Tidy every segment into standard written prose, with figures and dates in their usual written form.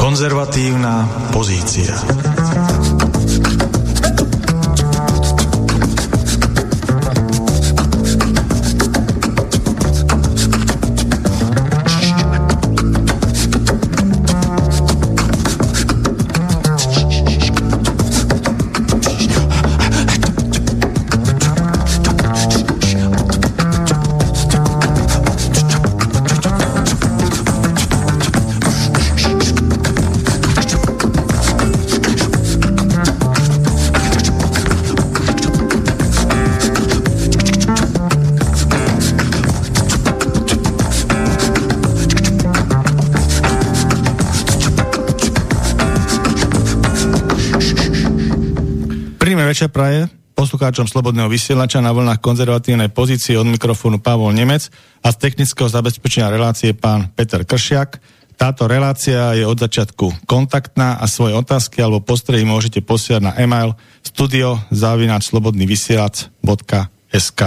Konzervatívna pozícia. Večer praje poslucháčom Slobodného vysielača na vlnách konzervatívnej pozície, od mikrofónu Pavol Nemec a z technického zabezpečenia relácie pán Peter Kršiak. Táto relácia je od začiatku kontaktná a svoje otázky alebo postrehy môžete posielať na e-mail studio@slobodnyvysielac.sk.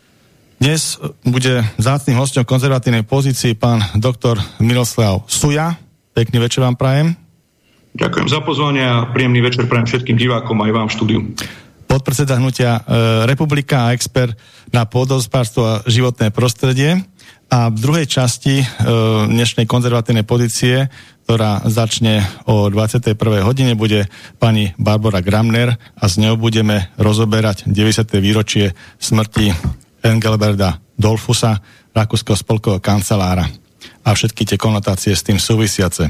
Dnes bude vzácnym hosťom konzervatívnej pozície pán doktor Miroslav Suja. Pekný večer vám prajem. Ďakujem za pozvanie a príjemný večer prajem všetkým divákom aj vám v štúdiu. Podpredseda hnutia Republika a expert na pôdohospodárstvo a životné prostredie. A v druhej časti dnešnej konzervatívnej pozície, ktorá začne o 21. hodine, bude pani Barbora Gramner a s ňou budeme rozoberať 90. výročie smrti Engelberta Dollfussa, rakúskeho spolkového kancelára a všetky tie konotácie s tým súvisiace.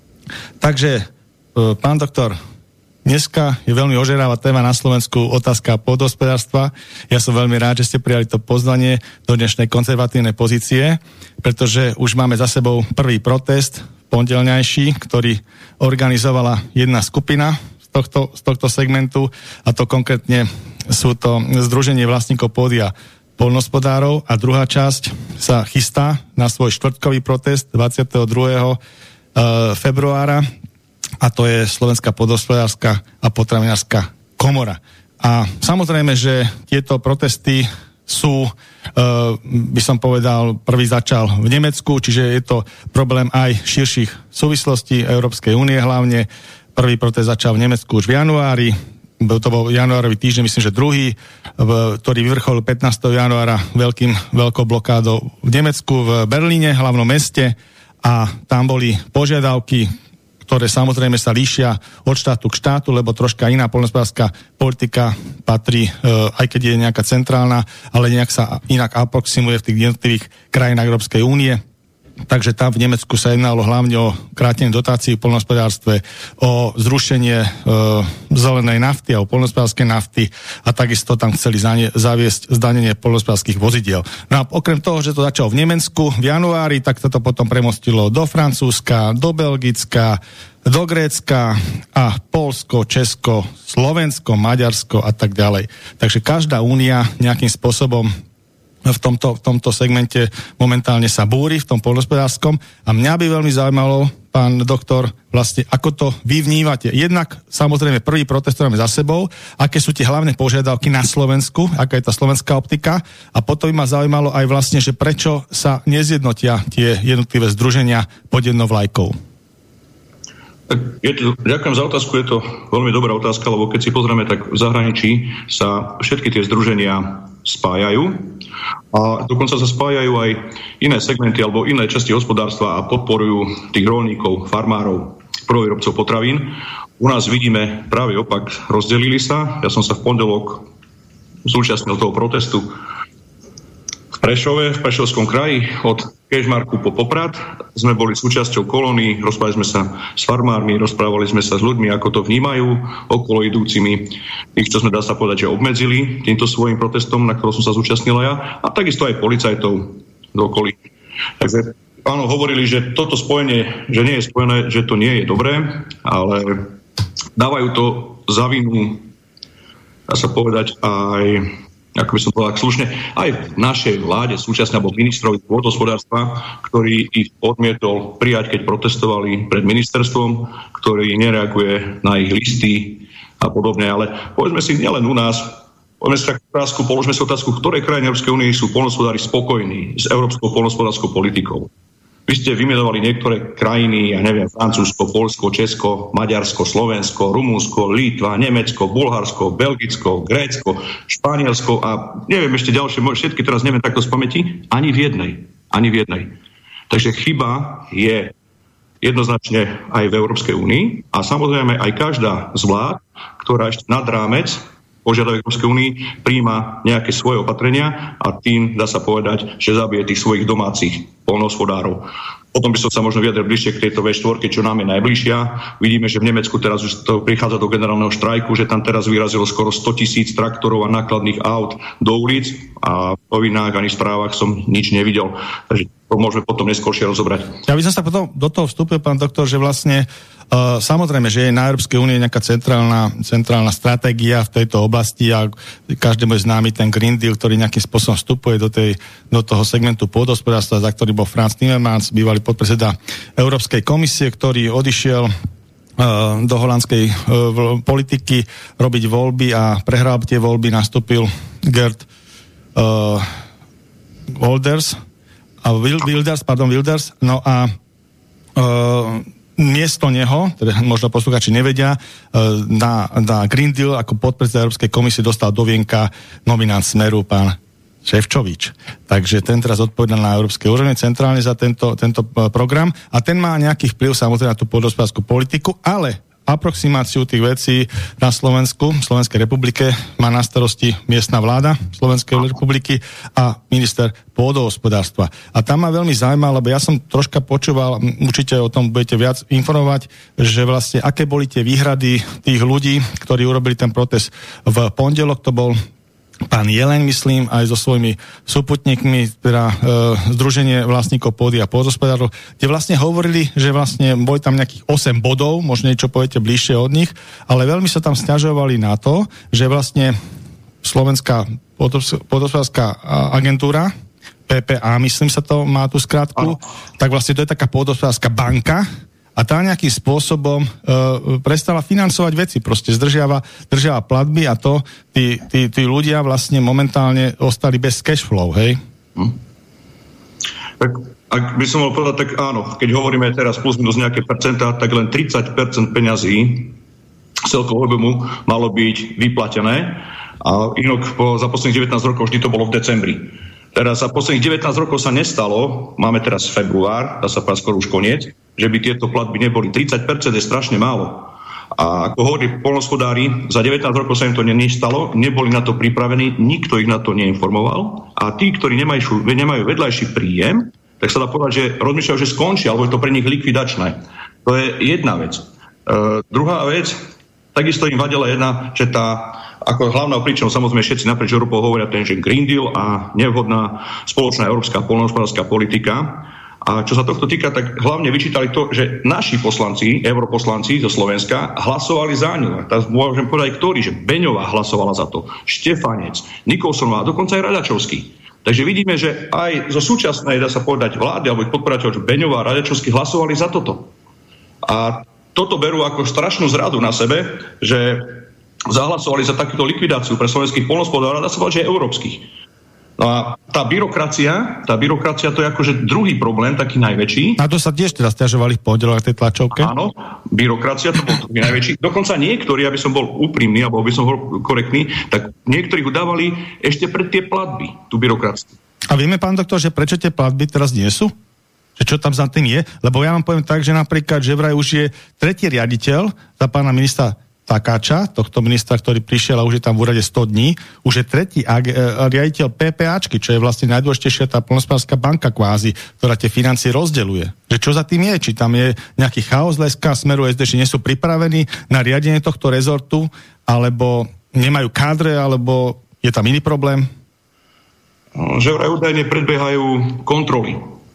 Takže pán doktor, dneska je veľmi ožeravá téma na Slovensku, otázka pôdohospodárstva. Ja som veľmi rád, že ste prijali to pozvanie do dnešnej konzervatívnej pozície, pretože už máme za sebou prvý protest, pondelňajší, ktorý organizovala jedna skupina z tohto segmentu, a to konkrétne sú to Združenie vlastníkov pôdy a poľnohospodárov, a druhá časť sa chystá na svoj štvrtkový protest 22. februára, a to je Slovenská pôdohospodárska a potravinárska komora. A samozrejme, že tieto protesty sú, by som povedal, prvý začal v Nemecku, čiže je to problém aj širších súvislostí Európskej únie hlavne. Prvý protest začal v Nemecku už v januári, to bol januárový týždeň, myslím, že druhý, ktorý vyvrcholil 15. januára veľkou blokádou v Nemecku, v Berlíne, hlavnom meste, a tam boli požiadavky, ktoré samozrejme sa líšia od štátu k štátu, lebo troška iná poľnohospodárska politika patrí, aj keď je nejaká centrálna, ale nejak sa inak aproximuje v tých jednotlivých krajinách Európskej únie. Takže tam v Nemecku sa jednalo hlavne o krátenie dotácií v poľnohospodárstve, o zrušenie zelenej nafty a o poľnohospodárskej nafty, a takisto tam chceli zaviesť zdanenie poľnohospodárskych vozidiel. No a okrem toho, že to začalo v Nemecku v januári, tak toto potom premostilo do Francúzska, do Belgicka, do Grécka a Poľsko, Česko, Slovensko, Maďarsko a tak ďalej. Takže každá únia nejakým spôsobom v tomto segmente momentálne sa búri, v tom poľnohospodárskom, a mňa by veľmi zaujímalo, pán doktor, vlastne ako to vy vnívate. Jednak samozrejme prvý protest, ktorý máme za sebou, aké sú tie hlavné požiadavky na Slovensku, aká je tá slovenská optika, a potom by ma zaujímalo aj vlastne, že prečo sa nezjednotia tie jednotlivé združenia pod jednou vlajkou. Ďakujem za otázku, je to veľmi dobrá otázka, lebo keď si pozrieme, tak v zahraničí sa všetky tie združenia spájajú a dokonca sa spájajú aj iné segmenty alebo iné časti hospodárstva a podporujú tých roľníkov, farmárov, prvovýrobcov potravín. U nás vidíme práve opak, rozdelili sa. Ja som sa v pondelok zúčastnil toho protestu v Prešove, v Prešovskom kraji, od Kežmarku po Poprad. Sme boli súčasťou kolónií, rozprávali sme sa s farmármi, rozprávali sme sa s ľuďmi, ako to vnímajú, okolo idúcimi, tých, čo sme, dá sa povedať, že obmedzili týmto svojim protestom, na ktorom som sa zúčastnila ja, a takisto aj policajtov do okolí. Takže áno, hovorili, že toto spojenie, že nie je spojené, že to nie je dobré, ale dávajú to za vinu, dá sa povedať, aj, ako by som povedal slušne, aj v našej vláde súčasne, alebo ministrovi pôdohospodárstva, ktorý ich odmietol prijať, keď protestovali pred ministerstvom, ktorý nereaguje na ich listy a podobne. Ale povedzme si, nielen u nás, položme si otázku, ktoré krajiny Európskej únie sú poľnohospodári spokojní s európskou poľnohospodárskou politikou. Vy ste vymenovali niektoré krajiny, ja neviem, Francúzsko, Poľsko, Česko, Maďarsko, Slovensko, Rumunsko, Litva, Nemecko, Bulharsko, Belgicko, Grécko, Španielsko a neviem ešte ďalšie, všetky teraz neviem takto z pamäti, ani v jednej. Takže chyba je jednoznačne aj v Európskej únii a samozrejme aj každá z vlád, ktorá ešte nad rámec požiadavek Európskej únii príjma nejaké svoje opatrenia a tým dá sa povedať, že zabije tých svojich domácich poľnohospodárov. Potom by som sa možno vyjadril bližšie k tejto V4, čo nám je najbližšia. Vidíme, že v Nemecku teraz už to prichádza do generálneho štrajku, že tam teraz vyrazilo skoro 100 000 traktorov a nákladných aut do ulic a v novinách ani v správach som nič nevidel. Takže to môžeme potom neskôršie rozobrať. Ja by som sa potom do toho vstúpil, pán doktor, že vlastne samozrejme, že je na Európskej únie nejaká centrálna stratégia v tejto oblasti a každému je známy ten Green Deal, ktorý nejakým spôsobom vstupuje do toho segmentu pôdohospodárstva, za ktorý bol Franz Timmermans, bývalý podpredseda Európskej komisie, ktorý odišiel do holandskej politiky robiť voľby a prehral tie voľby, nastúpil Geert Wilders, no a miesto neho, teda možno poslucháči nevedia, na Green Deal ako podpredseda Európskej komisie dostal do vienka nominant Smeru pán Šefčovič. Takže ten teraz odpovedá na európskej úrovni centrálne za tento program a ten má nejaký vplyv samozrejme na tú pôdohospodárskú politiku, ale aproximáciu tých vecí na Slovensku, Slovenskej republike má na starosti miestna vláda Slovenskej republiky a minister pôdohospodárstva. A tam ma veľmi zaujíma, lebo ja som troška počúval, určite o tom budete viac informovať, že vlastne aké boli tie výhrady tých ľudí, ktorí urobili ten protest v pondelok, to bol pán Jeleň, myslím, aj so svojimi súputníkmi, teda Združenie vlastníkov pôdy a pôdohospodárov, kde vlastne hovorili, že vlastne boli tam nejakých 8 bodov, možno niečo poviete bližšie od nich, ale veľmi sa tam sťažovali na to, že vlastne Slovenská pôdohospodárska agentúra, PPA, myslím sa to má tú skratku, tak vlastne to je taká pôdohospodárska banka, a tá nejakým spôsobom prestala financovať veci, proste zdržiava platby a to tí ľudia vlastne momentálne ostali bez cash flow, hej? Tak ak by som mohol povedať, tak áno, keď hovoríme teraz plus minus nejaké percentá, tak len 30% peňazí celkového objemu malo byť vyplatené a inok za posledných 19 rokov vždy to bolo v decembri. Teraz za posledných 19 rokov sa nestalo, máme teraz február, dá sa povedať skoro už koniec, že by tieto platby neboli. 30% je strašne málo. A ako hovorí poľnohospodári, za 19 rokov sa im to nestalo, neboli na to pripravení, nikto ich na to neinformoval a tí, ktorí nemajú vedľajší príjem, tak sa dá povedať, že rozmýšľajú, že skončí, alebo je to pre nich likvidačné. To je jedna vec. Druhá vec, takisto im vadila jedna, že ako hlavnou príčinou samozrejme všetci naprieč Európou hovoria ten, že Green Deal a nevhodná spoločná európska poľnohospodárska politika. A čo sa tohto týka, tak hlavne vyčítali to, že naši poslanci, europoslanci zo Slovenska hlasovali za ňu. Tak môžem povedať, ktorí, že Beňová hlasovala za to, Štefanec, Nikolsonová, dokonca aj Radačovský. Takže vidíme, že aj zo súčasnej, dá sa povedať, vlády alebo ich podporateľov, Beňová a Radačovský hlasovali za toto. A toto berú ako strašnú zradu na sebe, že zahlasovali za takúto likvidáciu pre slovenských poľnohospodárov, dá sa povedať, že aj európskych. No a tá byrokracia to je akože druhý problém, taký najväčší. A to sa tiež teda sťažovali v pondelok na tej tlačovke? Áno, byrokracia to bol druhý najväčší. Dokonca niektorí, aby som bol úprimný, alebo aby som bol korektný, tak niektorí ho dávali ešte pred tie platby, tú byrokraciu. A vieme, pán doktor, že prečo tie platby teraz nie sú? Že čo tam za tým je? Lebo ja vám poviem tak, že napríklad, že vraj už je tretí riaditeľ za pána ministra Takáča, tohto ministra, ktorý prišiel a už je tam v úrade 100 dní, už je tretí riaditeľ PPAčky, čo je vlastne najdôležitejšia tá poľnohospodárska banka kvázi, ktorá tie financie rozdeľuje. Že čo za tým je? Či tam je nejaký chaos Leska, Smeru SD, či nie sú pripravení na riadenie tohto rezortu, alebo nemajú kádre, alebo je tam iný problém? Že vraj údajne predbiehajú kontroly.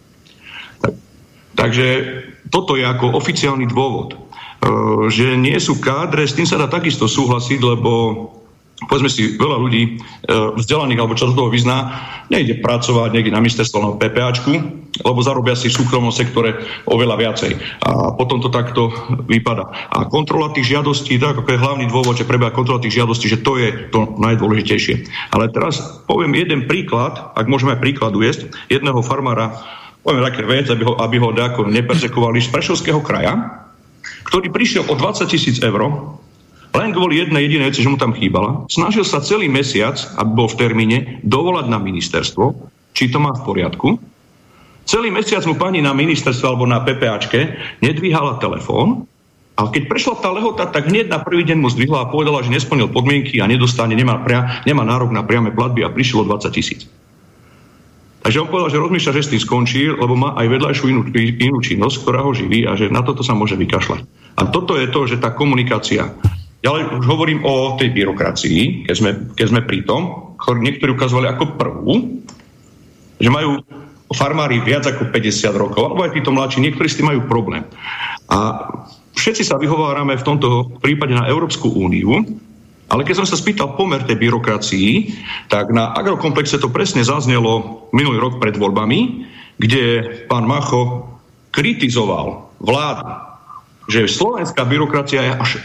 Takže toto je ako oficiálny dôvod. Že nie sú kádre, s tým sa dá takisto súhlasiť, lebo povedzme si, veľa ľudí vzdelaných, alebo čo do toho vyzná, nejde pracovať niekde na ministerstvo alebo PPAčku, lebo zarobia si v súkromnom sektore oveľa viacej. A potom to takto vypadá. A kontrola tých žiadostí, tak ako je hlavný dôvod, že prebieha kontrola tých žiadostí, že to je to najdôležitejšie. Ale teraz poviem jeden príklad, ak môžeme aj príklad uviesť, jedného farmára poviem také vec, aby ho nepersekovali, z Prešovského kraja, ktorý prišiel o 20 000 eur, len kvôli jednej jedinej veci, že mu tam chýbala. Snažil sa celý mesiac, aby bol v termíne, dovolať na ministerstvo, či to má v poriadku. Celý mesiac mu pani na ministerstve alebo na PPAčke nedvíhala telefón, ale keď prešla tá lehota, tak hneď na prvý deň mu zdvihla a povedala, že nesplnil podmienky a nedostane, nemá nárok na priame platby a prišlo 20 000. Takže on povedal, že rozmýšľa, že s tým skončil, lebo má aj vedľajšiu inú činnosť, ktorá ho živí a že na toto sa môže vykašľať. A toto je to, že tá komunikácia. Ďalej už hovorím o tej byrokracii, keď sme pri tom, niektorí ukazovali ako prvú, že majú farmári viac ako 50 rokov, alebo aj títo mladší, niektorí s tým majú problém. A všetci sa vyhovárame v tomto prípade na Európsku úniu, ale keď som sa spýtal pomer tej byrokracii, tak na agrokomplexe to presne zaznelo minulý rok pred voľbami, kde pán Macho kritizoval vládu, že slovenská byrokracia je až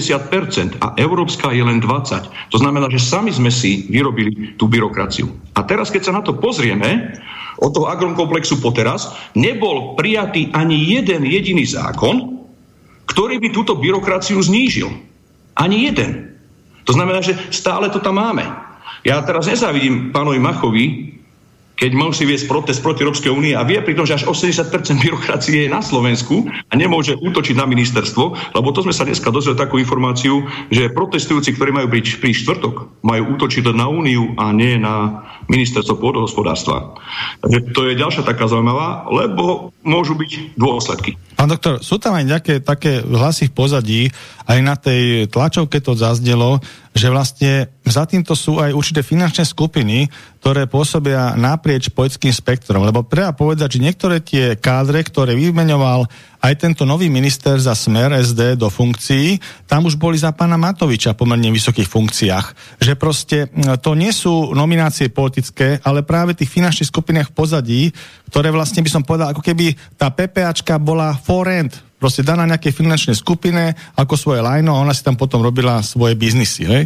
80% a európska je len 20%. To znamená, že sami sme si vyrobili tú byrokraciu. A teraz, keď sa na to pozrieme, od toho agrokomplexu poteraz, nebol prijatý ani jeden jediný zákon, ktorý by túto byrokraciu znížil. Ani jeden. To znamená, že stále to tam máme. Ja teraz nezávidím pánovi Machovi, keď musí viesť protest proti Európskej únie a vie pritom, že až 80% byrokracie je na Slovensku a nemôže útočiť na ministerstvo, lebo to sme sa dneska dozvedeli takú informáciu, že protestujúci, ktorí majú byť pri štvrtok, majú útočiť na úniu a nie na ministerstvo pôdohospodárstva. Takže to je ďalšia taká zaujímavá, lebo môžu byť dôsledky. Pán doktor, sú tam aj nejaké také hlasy v pozadí, aj na tej tlačovke to zaznelo, že vlastne za týmto sú aj určité finančné skupiny, ktoré pôsobia naprieč politickým spektrom. Lebo treba povedať, že niektoré tie kádre, ktoré vymenoval aj tento nový minister za Smer SD do funkcií, tam už boli za pána Matoviča pomerne vysokých funkciách. Že proste to nie sú nominácie politické, ale práve tých finančných skupinách v pozadí, ktoré vlastne by som povedal, ako keby tá PPAčka bola for rent, proste daná nejakej finančnej skupine ako svoje lajno a ona si tam potom robila svoje biznisy. Hej?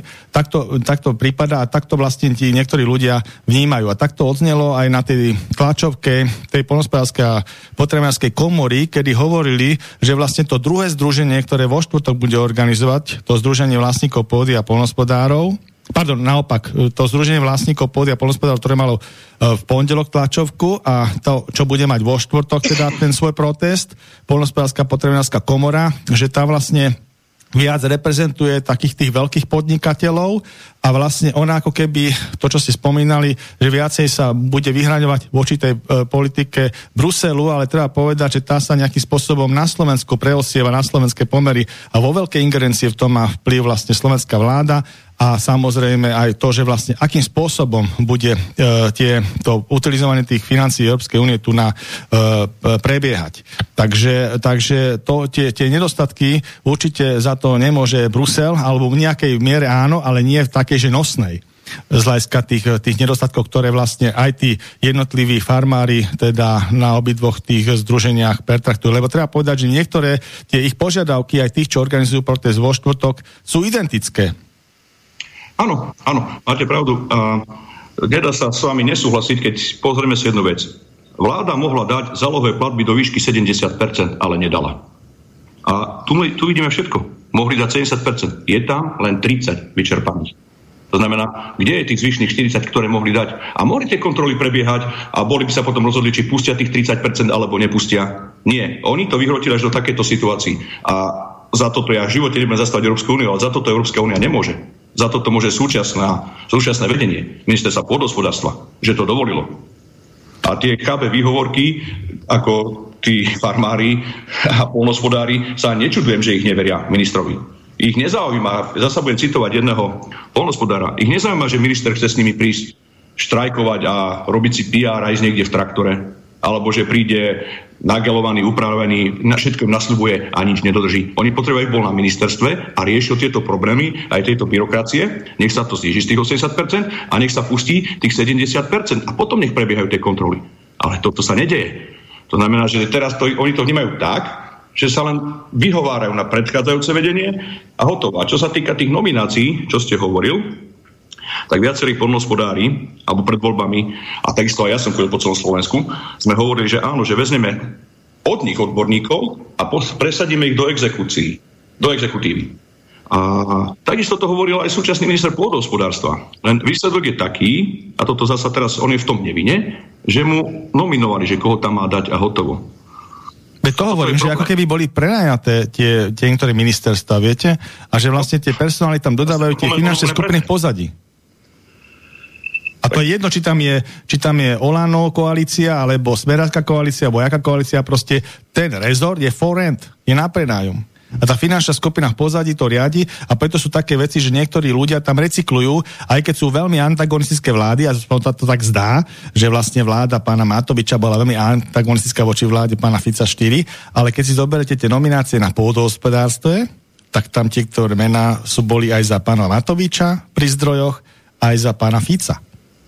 Takto prípada a takto vlastne tí niektorí ľudia vnímajú. A takto odznelo aj na tej tlačovke tej poľnohospodárskej a potravinárskej komory, kedy hovorili, že vlastne to druhé združenie, ktoré vo štvrtok bude organizovať, to združenie vlastníkov pôdy a poľnohospodárov, naopak, to združenie vlastníkov pôdy a poľnohospodárov, ktoré malo v pondelok tlačovku a to, čo bude mať vo štvrtok, teda ten svoj protest, poľnohospodárska potravinárska komora, že tá vlastne viac reprezentuje takých tých veľkých podnikateľov a vlastne ona ako keby, to čo ste spomínali, že viacej sa bude vyhraňovať voči tej politike Bruselu, ale treba povedať, že tá sa nejakým spôsobom na Slovensku preosieva, na slovenské pomery a vo veľkej ingerencie v tom má vplyv vlastne slovenská vláda a samozrejme aj to, že vlastne akým spôsobom bude to utilizovanie tých financií Európskej únie tu prebiehať. Takže tie nedostatky určite za to nemôže Brusel, alebo v nejakej miere áno, ale nie v takej, že nosnej. Z hľadiska tých nedostatkov, ktoré vlastne aj tí jednotliví farmári teda na obidvoch tých združeniach pertraktujú. Lebo treba povedať, že niektoré tie ich požiadavky aj tých, čo organizujú protest vo štvrtok, sú identické. Áno, máte pravdu. Nedá sa s vami nesúhlasiť, keď pozrieme si jednu vec. Vláda mohla dať zálohové platby do výšky 70%, ale nedala. A tu vidíme všetko. Mohli dať 70%. Je tam len 30 vyčerpaných. To znamená, kde je tých zvyšných 40, ktoré mohli dať? A mohli tie kontroly prebiehať a boli by sa potom rozhodli, či pustia tých 30% alebo nepustia. Nie. Oni to vyhrotili až do takéto situácii. A za toto ja v živote nebudem zastávať Európsku úniu, ale za toto Európska únia nemôže. Za toto môže súčasné vedenie ministerstva pôdohospodárstva, že to dovolilo. A tie chápe výhovorky, ako tí farmári a poľnohospodári, sa nečudujem, že ich neveria ministrovi. Ich nezaujíma, zasa budem citovať jedného poľnohospodára, ich nezaujíma, že minister chce s nimi prísť štrajkovať a robiť si PR aj niekde v traktore, alebo že príde nagelovaný, upravený, na všetko nasľubuje a nič nedodrží. Oni potrebujú, bol na ministerstve a riešil tieto problémy, aj tieto byrokracie, nech sa to zníži z tých 80% a nech sa pustí tých 70% a potom nech prebiehajú tie kontroly. Ale toto sa nedeje. To znamená, že teraz oni to vnímajú tak, že sa len vyhovárajú na predchádzajúce vedenie a hotovo. A čo sa týka tých nominácií, čo ste hovoril, tak viacerí poľnohospodári, alebo pred voľbami, a takisto aj ja som chodil po celom Slovensku, sme hovorili, že áno, že vezmeme od nich odborníkov a presadíme ich do exekutívy. A takisto to hovoril aj súčasný minister pôdohospodárstva. Len výsledok je taký, a toto zasa teraz on je v tom nevine, že mu nominovali, že koho tam má dať a hotovo. To hovorím, že ako keby boli prenajaté tie niektoré ministerstva, viete? A že vlastne tie personály tam dodávajú tie finančné skupiny v pozadí. A to je jedno, či tam je Olano koalícia, alebo Smerácka koalícia, alebo jaká koalícia, proste ten rezort je for rent, je na prenájom. A tá finančná skupina v pozadí to riadi a preto sú také veci, že niektorí ľudia tam recyklujú, aj keď sú veľmi antagonistické vlády, a to tak zdá, že vlastne vláda pána Matoviča bola veľmi antagonistická voči vláde pána Fica 4, ale keď si zoberete tie nominácie na pôdohospodárstve, tak tam tie, ktoré mená boli aj za pána Matoviča pri zdrojoch, aj za pána Fica.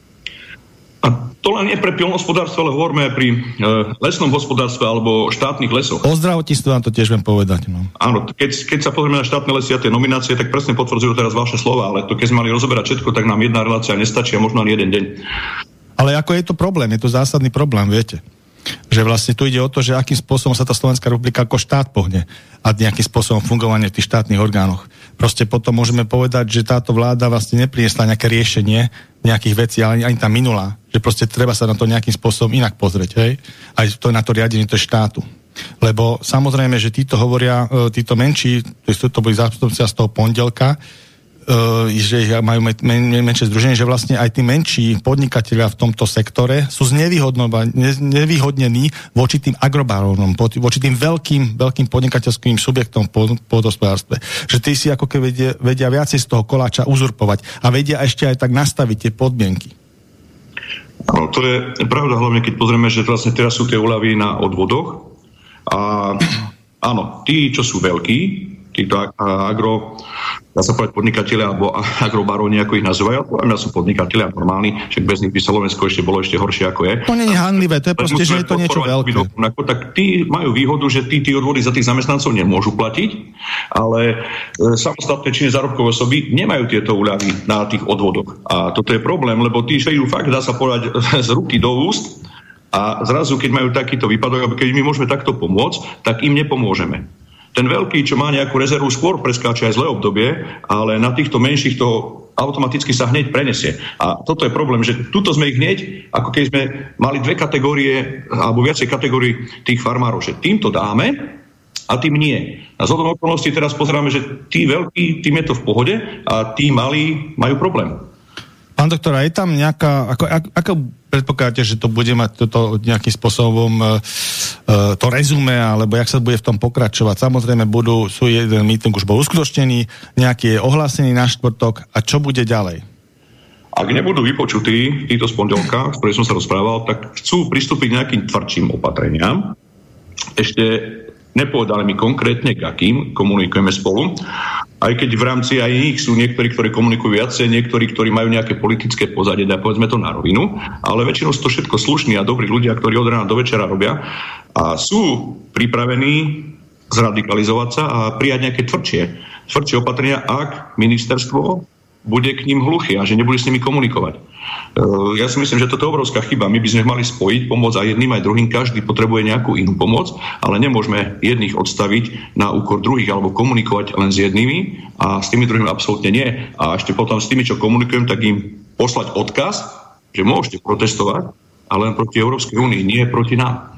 A to len nie pre poľnohospodárstvo, ale hovoríme aj pri lesnom hospodárstve alebo štátnych lesoch. O zdravotníctve vám to tiež viem povedať. No. Áno, keď sa pozrieme na štátne lesy a tie nominácie, tak presne potvrdzujú teraz vaše slova, ale to keď sme mali rozoberať všetko, tak nám jedna relácia nestačí a možno len jeden deň. Ale ako je to problém? Je to zásadný problém, viete? Že vlastne tu ide o to, že akým spôsobom sa tá Slovenská republika ako štát pohne a nejakým spôsobom fungovanie v tých štátnych orgánoch. Proste potom môžeme povedať, že táto vláda vlastne nepriniesla nejaké riešenie nejakých vecí, ale ani tá minulá. Že proste treba sa na to nejakým spôsobom inak pozrieť, hej? Aj to na to riadenie to štátu. Lebo samozrejme, že títo hovoria, títo menší, to boli zástupcovia z toho pondelka, že majú menšie združenie, že vlastne aj tí menší podnikatelia v tomto sektore sú znevýhodnení voči tým agrobarónom, voči tým veľkým podnikateľským subjektom v pôdohospodárstve. Že tí si ako keby vedia viacej z toho koláča uzurpovať a vedia ešte aj tak nastaviť tie podmienky. No, to je pravda, hlavne keď pozrieme, že vlastne teraz sú tie úľavy na odvodoch a áno, tí, čo sú veľkí, títo dá sa povedať podnikatelia alebo agrobaróni, ako ich nazývajú, ale sú podnikatelia normálni, však bez nich by Slovensko ešte bolo ešte horšie, ako je. To nie je hanlivé, to je proste, že je to niečo veľké. Tak tí majú výhodu, že tí odvody za tých zamestnancov nemôžu platiť, ale samostatné činné zárobkové osoby nemajú tieto úľavy na tých odvodoch. A toto je problém, lebo tí šejú fakt, dá sa povedať, z ruky do úst a zrazu, keď majú takýto výpadok, keď my môžeme takto pomôcť, tak im nepomôžeme. Ten veľký, čo má nejakú rezervu, skôr preskáče aj zlé obdobie, ale na týchto menších to automaticky sa hneď prenesie. A toto je problém, že tuto sme ich hneď, ako keď sme mali dve kategórie, alebo viacej kategórií tých farmárov, že týmto dáme a tým nie. A z hodou okolností teraz pozeráme, že tí veľkí, tým je to v pohode a tí malí majú problém. Pán doktor, je tam nejaká, ako predpokladáte, že to bude mať toto nejakým spôsobom to rezume, alebo jak sa bude v tom pokračovať? Samozrejme, sú jeden meeting už bol uskutočnený, nejaký je ohlásený na štvrtok a čo bude ďalej? Ak nebudú vypočutí títo z pondelka, s ktorým som sa rozprával, tak chcú pristúpiť nejakým tvrdším opatreniam. Ešte nepovedali mi konkrétne, k akým komunikujeme spolu. Aj keď v rámci aj nich sú niektorí, ktorí komunikujú viacej, niektorí, ktorí majú nejaké politické pozadie, dá povedzme to na rovinu, ale väčšinou sú to všetko slušní a dobrí ľudia, ktorí od rána do večera robia a sú pripravení zradikalizovať sa a prijať nejaké tvrdšie opatrenia, ak ministerstvo bude k ním hluchý a že nebude s nimi komunikovať. Ja si myslím, že toto je obrovská chyba. My by sme mali spojiť pomoc aj jedným, aj druhým. Každý potrebuje nejakú inú pomoc, ale nemôžeme jedných odstaviť na úkor druhých alebo komunikovať len s jednými a s tými druhými absolútne nie. A ešte potom s tými, čo komunikujem, tak im poslať odkaz, že môžete protestovať, ale len proti Európskej únii, nie proti nám.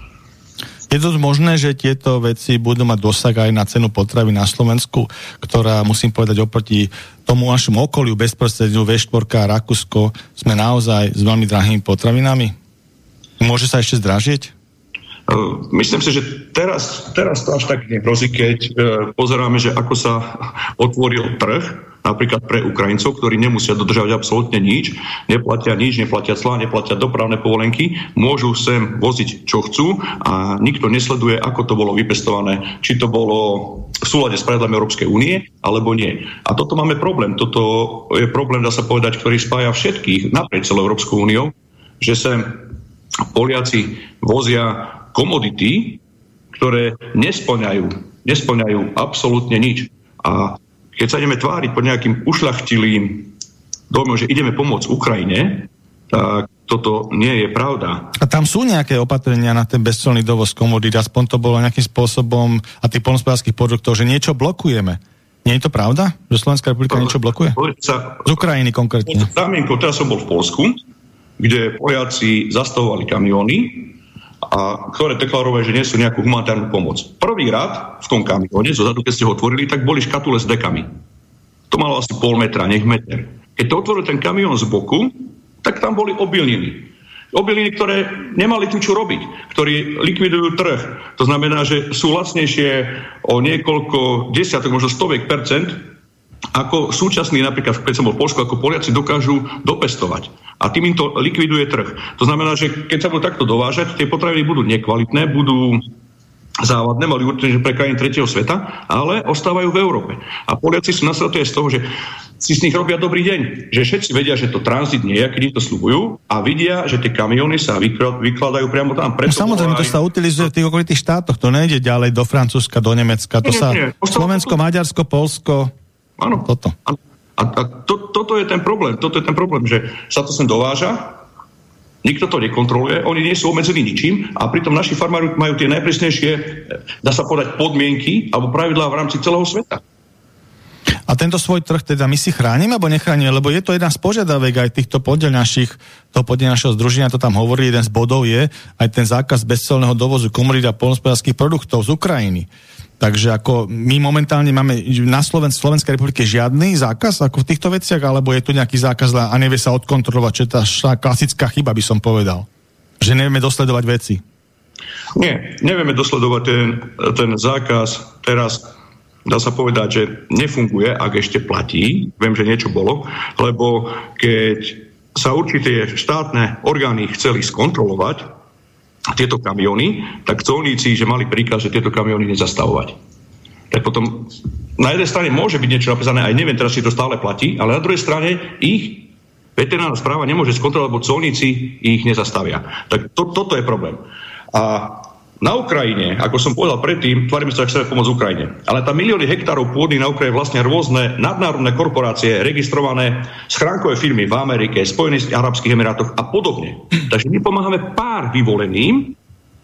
Je to možné, že tieto veci budú mať dosah aj na cenu potravy na Slovensku, ktorá, musím povedať, oproti tomu našemu okoliu bezprostrednú V4 a Rakúsko sme naozaj s veľmi drahými potravinami? Môže sa ešte zdražiť? Myslím si, že teraz to až tak nehrozí, keď pozeráme, že ako sa otvoril trh, napríklad pre Ukrajincov, ktorí nemusia dodržavať absolútne nič, neplatia clá, neplatia dopravné povolenky, môžu sem voziť čo chcú a nikto nesleduje, ako to bolo vypestované, či to bolo v súlade s pravidlami Európskej únie, alebo nie. A toto máme problém. Toto je problém, dá sa povedať, ktorý spája všetkých naprieč celou Európskou úniou, že sem Poliaci vozia komodity, ktoré nesplňajú absolútne nič. A keď sa ideme tváriť pod nejakým ušľachtilým dojmom, že ideme pomôcť Ukrajine, tak toto nie je pravda. A tam sú nejaké opatrenia na ten bezcolný dovoz komodít, aspoň to bolo nejakým spôsobom a tých poľnohospodárskych produktov, že niečo blokujeme. Nie je to pravda? Že Slovenská republika niečo blokuje? Z Ukrajiny konkrétne. Teraz som bol v Poľsku, kde Poliaci zastavovali kamióny, a ktoré deklarovali, že nie sú nejakú humanitárnu pomoc. Prvý rad v tom kamióne, zozadu, keď ste ho otvorili, tak boli škatule s dekami. To malo asi pol metra, nech meter. Keď to otvoril ten kamión z boku, tak tam boli obilniny. Obilniny, ktoré nemali tu čo robiť, ktorí likvidujú trh. To znamená, že sú lacnejšie o niekoľko desiatok, možno stoviek percent, ako súčasný, napríklad, keď som bol v Poľsku, ako Poliaci dokážu dopestovať. A tým im to likviduje trh. To znamená, že keď sa budú takto dovážať, tie potraviny budú nekvalitné, budú závadné, mali určite pre krajiny tretieho sveta, ale ostávajú v Európe. A Poliaci sú nasledujúci z toho, že si z nich robia dobrý deň. Že všetci vedia, že to tranzit nie je, keď im to sľubujú a vidia, že tie kamióny sa vykladajú priamo tam. No, samozrejme, to sa utilizuje v tých okolitých štátoch. To nejde ďalej do Francúzska, do Nemecka. Nie. Slovensko, Maďarsko, Poľsko. Áno. Toto. A toto je ten problém. Toto je ten problém, že sa to sem dováža, nikto to nekontroluje, oni nie sú obmedzení ničím a pritom naši farmári majú tie najpresnejšie, dá sa povedať, podmienky alebo pravidlá v rámci celého sveta. A tento svoj trh teda my si chránime alebo nechránime? Lebo je to jedna z požiadaviek aj týchto toho podiel našeho združenia, to tam hovorí, jeden z bodov je aj ten zákaz bezcolného dovozu komodít a poľnohospodárskych produktov z Ukrajiny. Takže ako my momentálne máme na Slovenskej republike žiadny zákaz ako v týchto veciach, alebo je tu nejaký zákaz a nevie sa odkontrolovať, čo je tá klasická chyba, by som povedal. Že nevieme dosledovať veci. Nie, nevieme dosledovať ten zákaz. Teraz dá sa povedať, že nefunguje, ak ešte platí. Viem, že niečo bolo, lebo keď sa určité štátne orgány chceli skontrolovať tieto kamióny, tak colníci, že mali príkaz, že tieto kamióny nezastavovať. Tak potom na jednej strane môže byť niečo napísané, aj neviem, teraz si to stále platí, ale na druhej strane ich veterinárna správa nemôže skontrolovať, lebo colníci ich nezastavia. Tak toto je problém. A na Ukrajine, ako som povedal predtým, tvárime sa, že chceme pomôcť Ukrajine. Ale tam milióny hektárov pôdy na Ukrajine vlastne rôzne nadnárodné korporácie, registrované schránkové firmy v Amerike, Spojených arabských emirátoch a podobne. Takže my pomáhame pár vyvoleným,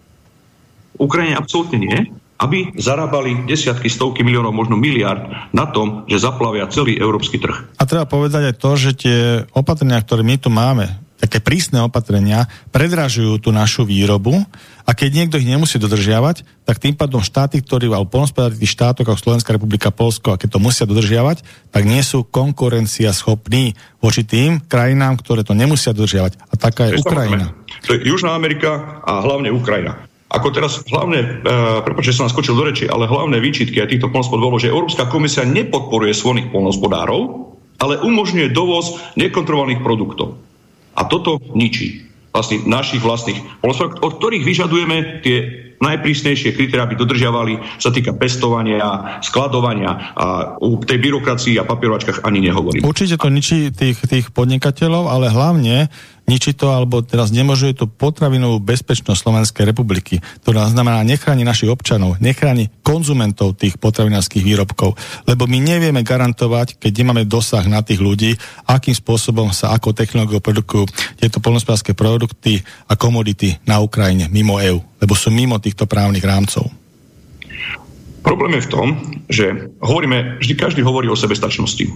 Ukrajine absolútne nie, aby zarábali desiatky, stovky miliónov, možno miliard na tom, že zaplavia celý európsky trh. A treba povedať aj to, že tie opatrenia, ktoré my tu máme, také prísne opatrenia, predražujú tú našu výrobu a keď niekto ich nemusí dodržiavať, tak tým pádom štáty, ktorí alebo poľnohospodári v štátoch ako Slovenská republika, Poľsko, a keď to musia dodržiavať, tak nie sú konkurencia schopní voči tým krajinám, ktoré to nemusia dodržiavať. A taká je Ukrajina. To je Južná Amerika a hlavne Ukrajina. Ako teraz hlavne, prepáč, že som naskočil do reči, ale hlavné výčitky aj týchto poľnohospodárov bolo, že Európska komisia nepodporuje svojich poľnohospodárov, ale umožňuje dovoz nekontrolovaných produktov. A toto ničí vlastne našich vlastných poľnohospodárov, od ktorých vyžadujeme tie najprísnejšie kritériá, aby dodržiavali, sa týka pestovania, skladovania a u tej byrokracii a papierovačkách ani nehovorím. Určite to ničí tých podnikateľov, ale hlavne ničí to, alebo teraz nemôžuje to potravinovú bezpečnosť Slovenskej republiky. To znamená, nechráni našich občanov, nechráni konzumentov tých potravinárskych výrobkov, lebo my nevieme garantovať, keď nemáme dosah na tých ľudí, akým spôsobom sa ako technológiou produkujú tieto poľnohospodárske produkty a komodity na Ukrajine, mimo EÚ, lebo sú mimo týchto právnych rámcov. Problém je v tom, že vždy každý hovorí o sebestačnosti.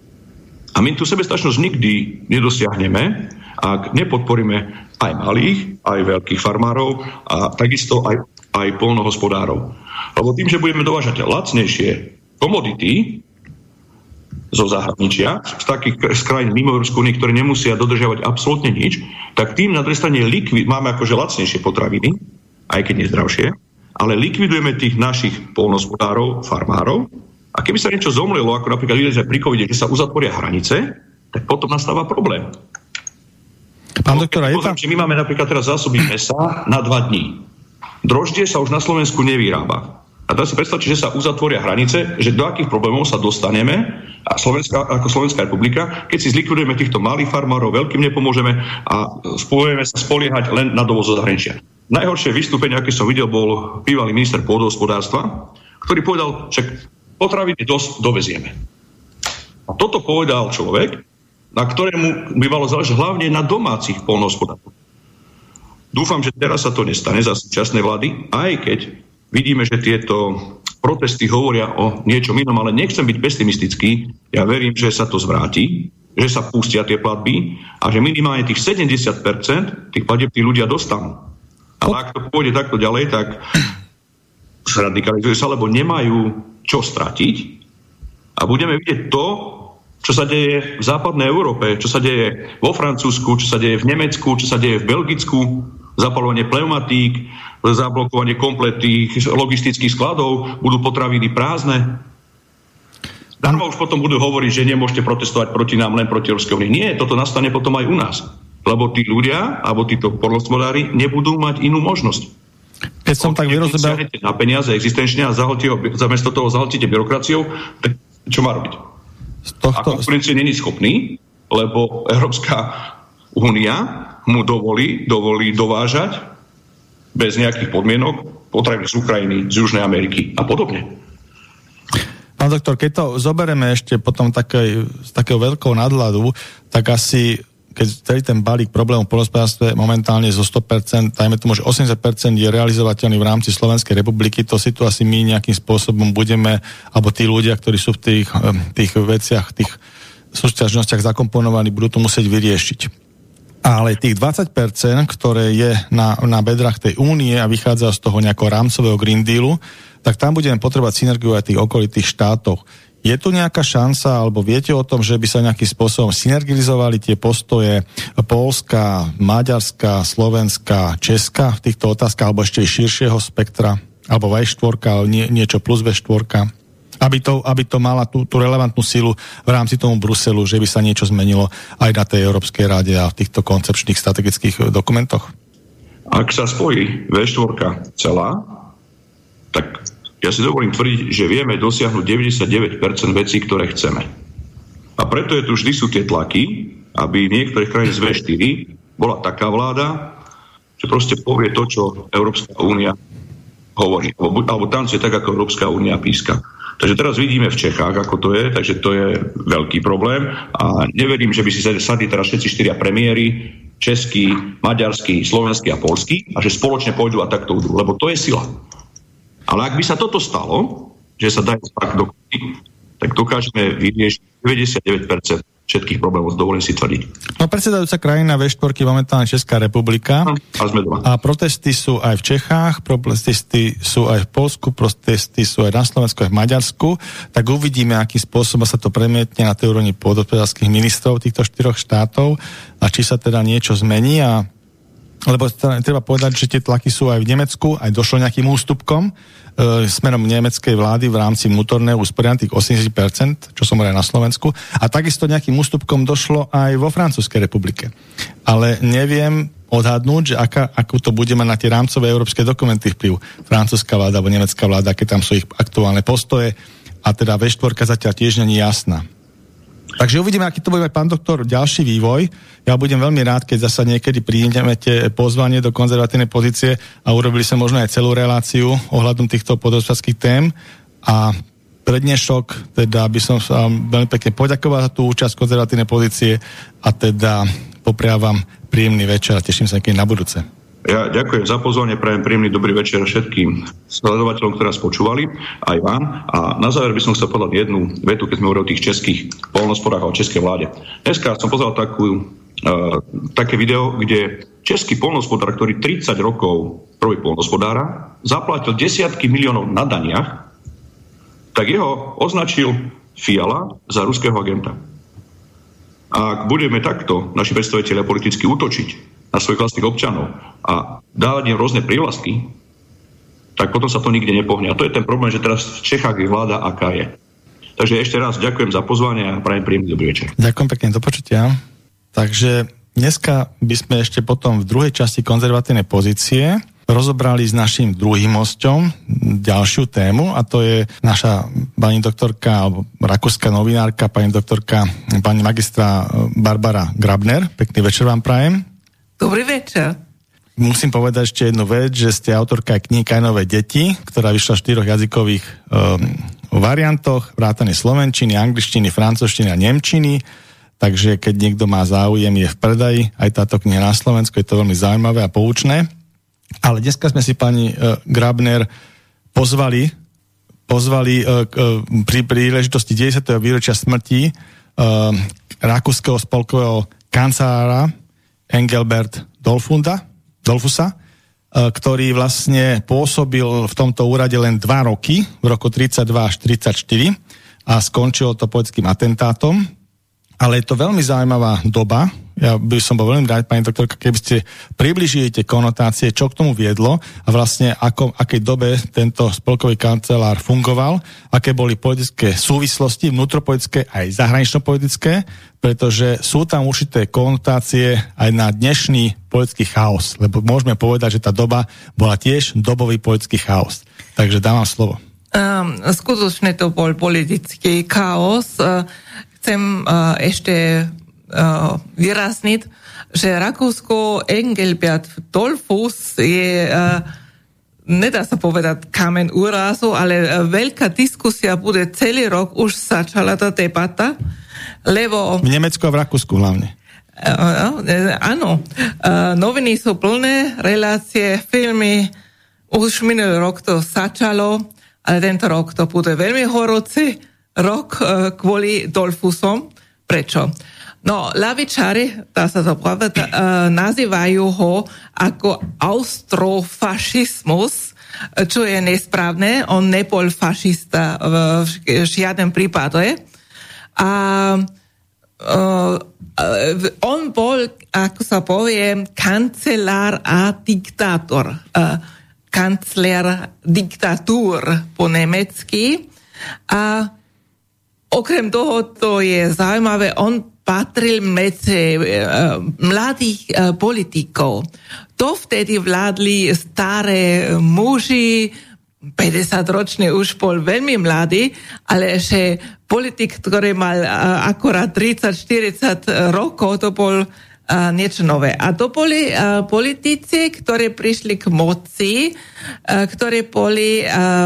A my tú sebestačnosť nikdy nedosiahneme, ak nepodporíme aj malých, aj veľkých farmárov a takisto aj poľnohospodárov. Lebo tým, že budeme dovážať lacnejšie komodity zo zahraničia, z krajín mimo Európskej únie, ktoré nemusia dodržiavať absolútne nič, tak tým na druhej strane máme akože lacnejšie potraviny, aj keď nezdravšie, ale likvidujeme tých našich poľnohospodárov, farmárov. A keby sa niečo zomlelo, ako napríklad videli pri covide, že sa uzatvoria hranice, tak potom nastáva problém. Pán doktor, že my máme napríklad teraz zásoby mäsa na 2 dní. Droždie sa už na Slovensku nevyrába. A teraz si predstavte, že sa uzatvoria hranice, že do akých problémov sa dostaneme ako Slovenská republika, keď si zlikvidujeme týchto malých farmárov, veľkým nepomôžeme a budeme sa spoliehať len na dovoz zo zahraničia. Najhoršie vystúpenie, aké som videl, bol bývalý minister pôdohospodárstva, ktorý povedal, že potraviny dosť dovezieme. A toto povedal človek, na ktorému by malo záležať hlavne na domácich poľnohospodároch. Dúfam, že teraz sa to nestane za súčasnej vlády, aj keď vidíme, že tieto protesty hovoria o niečom inom, ale nechcem byť pesimistický. Ja verím, že sa to zvráti, že sa pustia tie platby a že minimálne tých 70% tých platieb tí ľudia dostanú. Ale ak to pôjde takto ďalej, tak radikalizujú sa, lebo nemajú čo stratiť a budeme vidieť to, čo sa deje v západnej Európe, čo sa deje vo Francúzsku, čo sa deje v Nemecku, čo sa deje v Belgicku, zapaľovanie pneumatík, zablokovanie kompletných logistických skladov, budú potraviny prázdne. Darmo už potom budú hovoriť, že nemôžete protestovať proti nám len proti Európskej únii. Nie, toto nastane potom aj u nás. Lebo tí ľudia, alebo títo poľnohospodári nebudú mať inú možnosť. Keď som tak vyrozumel... na peniaze existenčne a zamiesto toho zahltíte byrokraciou, tak čo má robiť? A konkurencia není schopný, lebo Európska únia mu dovolí dovážať bez nejakých podmienok potraviny z Ukrajiny, z Južnej Ameriky a podobne. Pán doktor, keď to zoberieme ešte potom z takého veľkou nadhľadu, tak asi, keď celý ten balík problémov v poľnohospodárstve momentálne zo 100%, dajme tomu, že 80% je realizovateľný v rámci Slovenskej republiky, to si tu asi my nejakým spôsobom budeme, alebo tí ľudia, ktorí sú v tých veciach, tých súťažnostiach zakomponovaní, budú to musieť vyriešiť. Ale tých 20%, ktoré je na bedrách tej únie a vychádza z toho nejakého rámcového Green Dealu, tak tam budeme potrebovať synergiu aj tých okolitých štátov. Je tu nejaká šanca, alebo viete o tom, že by sa nejakým spôsobom synergizovali tie postoje Poľska, Maďarska, Slovenska, Česka v týchto otázkach, alebo ešte širšieho spektra, alebo V4, ale niečo plus V4? Aby to mala tú relevantnú silu v rámci tomu Bruselu, že by sa niečo zmenilo aj na tej Európskej rade a v týchto koncepčných strategických dokumentoch? Ak sa spojí V4 celá, tak ja si dovolím tvrdiť, že vieme dosiahnuť 99% vecí, ktoré chceme. A preto vždy sú tie tlaky, aby v niektorých krajinách z V4 bola taká vláda, že proste povie to, čo Európska únia hovorí. Alebo tancuje tak, ako Európska únia píska. Takže teraz vidíme v Čechách, ako to je, takže to je veľký problém a neverím, že by si sadli teraz všetci 4 premiéri, český, maďarský, slovenský a poľský a že spoločne pôjdu a takto udrú, lebo to je sila. Ale ak by sa toto stalo, že sa dajú tak dokopy, tak dokážeme vyriešiť 99% všetkých problémov, dovolím si tvrdiť. No predsedajúca krajina V4 momentálne Česká republika a protesty sú aj v Čechách, protesty sú aj v Poľsku, protesty sú aj na Slovensku, aj v Maďarsku, tak uvidíme, akým spôsobom sa to premietne na tej úrovni pôdohospodárskych ministrov týchto 4 štátov a či sa teda niečo zmení lebo treba povedať, že tie tlaky sú aj v Nemecku, aj došlo nejakým ústupkom smerom nemeckej vlády v rámci vnútorného usporiadania tých 80%, čo som hovoril na Slovensku. A takisto nejakým ústupkom došlo aj vo Francúzskej republike. Ale neviem odhadnúť, že akú to bude mať na tie rámcové európske dokumenty vplyv. Francúzska vláda alebo nemecká vláda, aké tam sú ich aktuálne postoje. A teda V4 zatiaľ tiež nie je jasná. Takže uvidíme, aký to bude mať, pán doktor, ďalší vývoj. Ja budem veľmi rád, keď zasa niekedy príjmete pozvanie do konzervatívnej pozície a urobili sme možno aj celú reláciu ohľadom týchto poľnohospodárskych tém. A pre dnešok, teda by som sa veľmi pekne poďakoval za tú účasť konzervatívnej pozície a teda popriavam príjemný večer a teším sa niekedy na budúce. Ja ďakujem za pozvanie, prajem príjemný dobrý večer všetkým sledovateľom, ktorí nás počúvali, aj vám. A na záver by som chcel povedať jednu vetu, keď sme hovorili o tých českých poľnohospodároch a o českej vláde. Dneska som pozeral také video, kde český poľnohospodár, ktorý 30 rokov prvý poľnohospodára, zaplatil desiatky miliónov na daniach, tak jeho označil Fiala za ruského agenta. A ak budeme takto naši predstavitelia politicky útočiť na svojich vlastných občanov a dávať im rôzne prívlastky, tak potom sa to nikde nepohne. A to je ten problém, že teraz v Čechách je vláda, aká je. Takže ešte raz ďakujem za pozvanie a prajem príjemný dobrý večer. Ďakujem pekne, do počutia. Takže dneska by sme ešte potom v druhej časti konzervatívnej pozície rozobrali s naším druhým hosťom ďalšiu tému a to je naša pani doktorka, alebo rakúska novinárka, pani doktorka, pani magistra Barbara Grabner. Pekný večer vám prajem. Dobrý večer. Musím povedať ešte jednu vec, že ste autorka knihy Kainové deti, ktorá vyšla v 4 jazykových variantoch, vrátane slovenčiny, angličtiny, francúzštiny a nemčiny. takže keď niekto má záujem, je v predaji, aj táto kniha na Slovensku, je to veľmi zaujímavé a poučné. Ale dneska sme si pani Grabner pozvali pri príležitosti 10. výročia smrti rakúskeho spolkového kancelára Engelbert Dollfusa, ktorý vlastne pôsobil v tomto úrade len 2 roky, v roku 32 až 34 a skončilo to politickým atentátom. Ale je to veľmi zaujímavá doba. Ja by som bol veľmi rád, pani doktorka, keby ste približili tie konotácie, čo k tomu viedlo a vlastne akej dobe tento spolkový kancelár fungoval, aké boli politické súvislosti, vnútropolitické aj zahranično-politické, pretože sú tam určité konotácie aj na dnešný politický chaos, lebo môžeme povedať, že tá doba bola tiež dobový politický chaos. Takže dávam slovo. Skutočne to bol politický chaos. Chcem ešte vyrazniť, že Rakúsko Engelbert Dollfuss je, nedá sa povedať kameň úrazu, ale veľká diskusia bude celý rok, už začala tá debata, lebo... V Nemecku a v Rakúsku hlavne. Áno, noviny sú plné, relácie, filmy, už minulý rok to začalo, ale tento rok to bude veľmi horúci rok kvôli Dollfussom. Prečo? No, ľavičári, dá sa to povedať, nazývajú ho ako austrofašizmus, čo je nesprávne. On nebol fašista v žiadnom prípade. A on bol, ako sa povie, kancelár a diktátor. Kancler diktatúr po nemecky. A okrem toho, to je zaujímavé, on patril medzi mladých politikov. To vtedy vládli staré muži, 50-ročný už bol veľmi mladý, ale že politik, ktorý mal akorát 30-40 rokov, to bol niečo nové. A to boli politici, ktorí prišli k moci, ktorí boli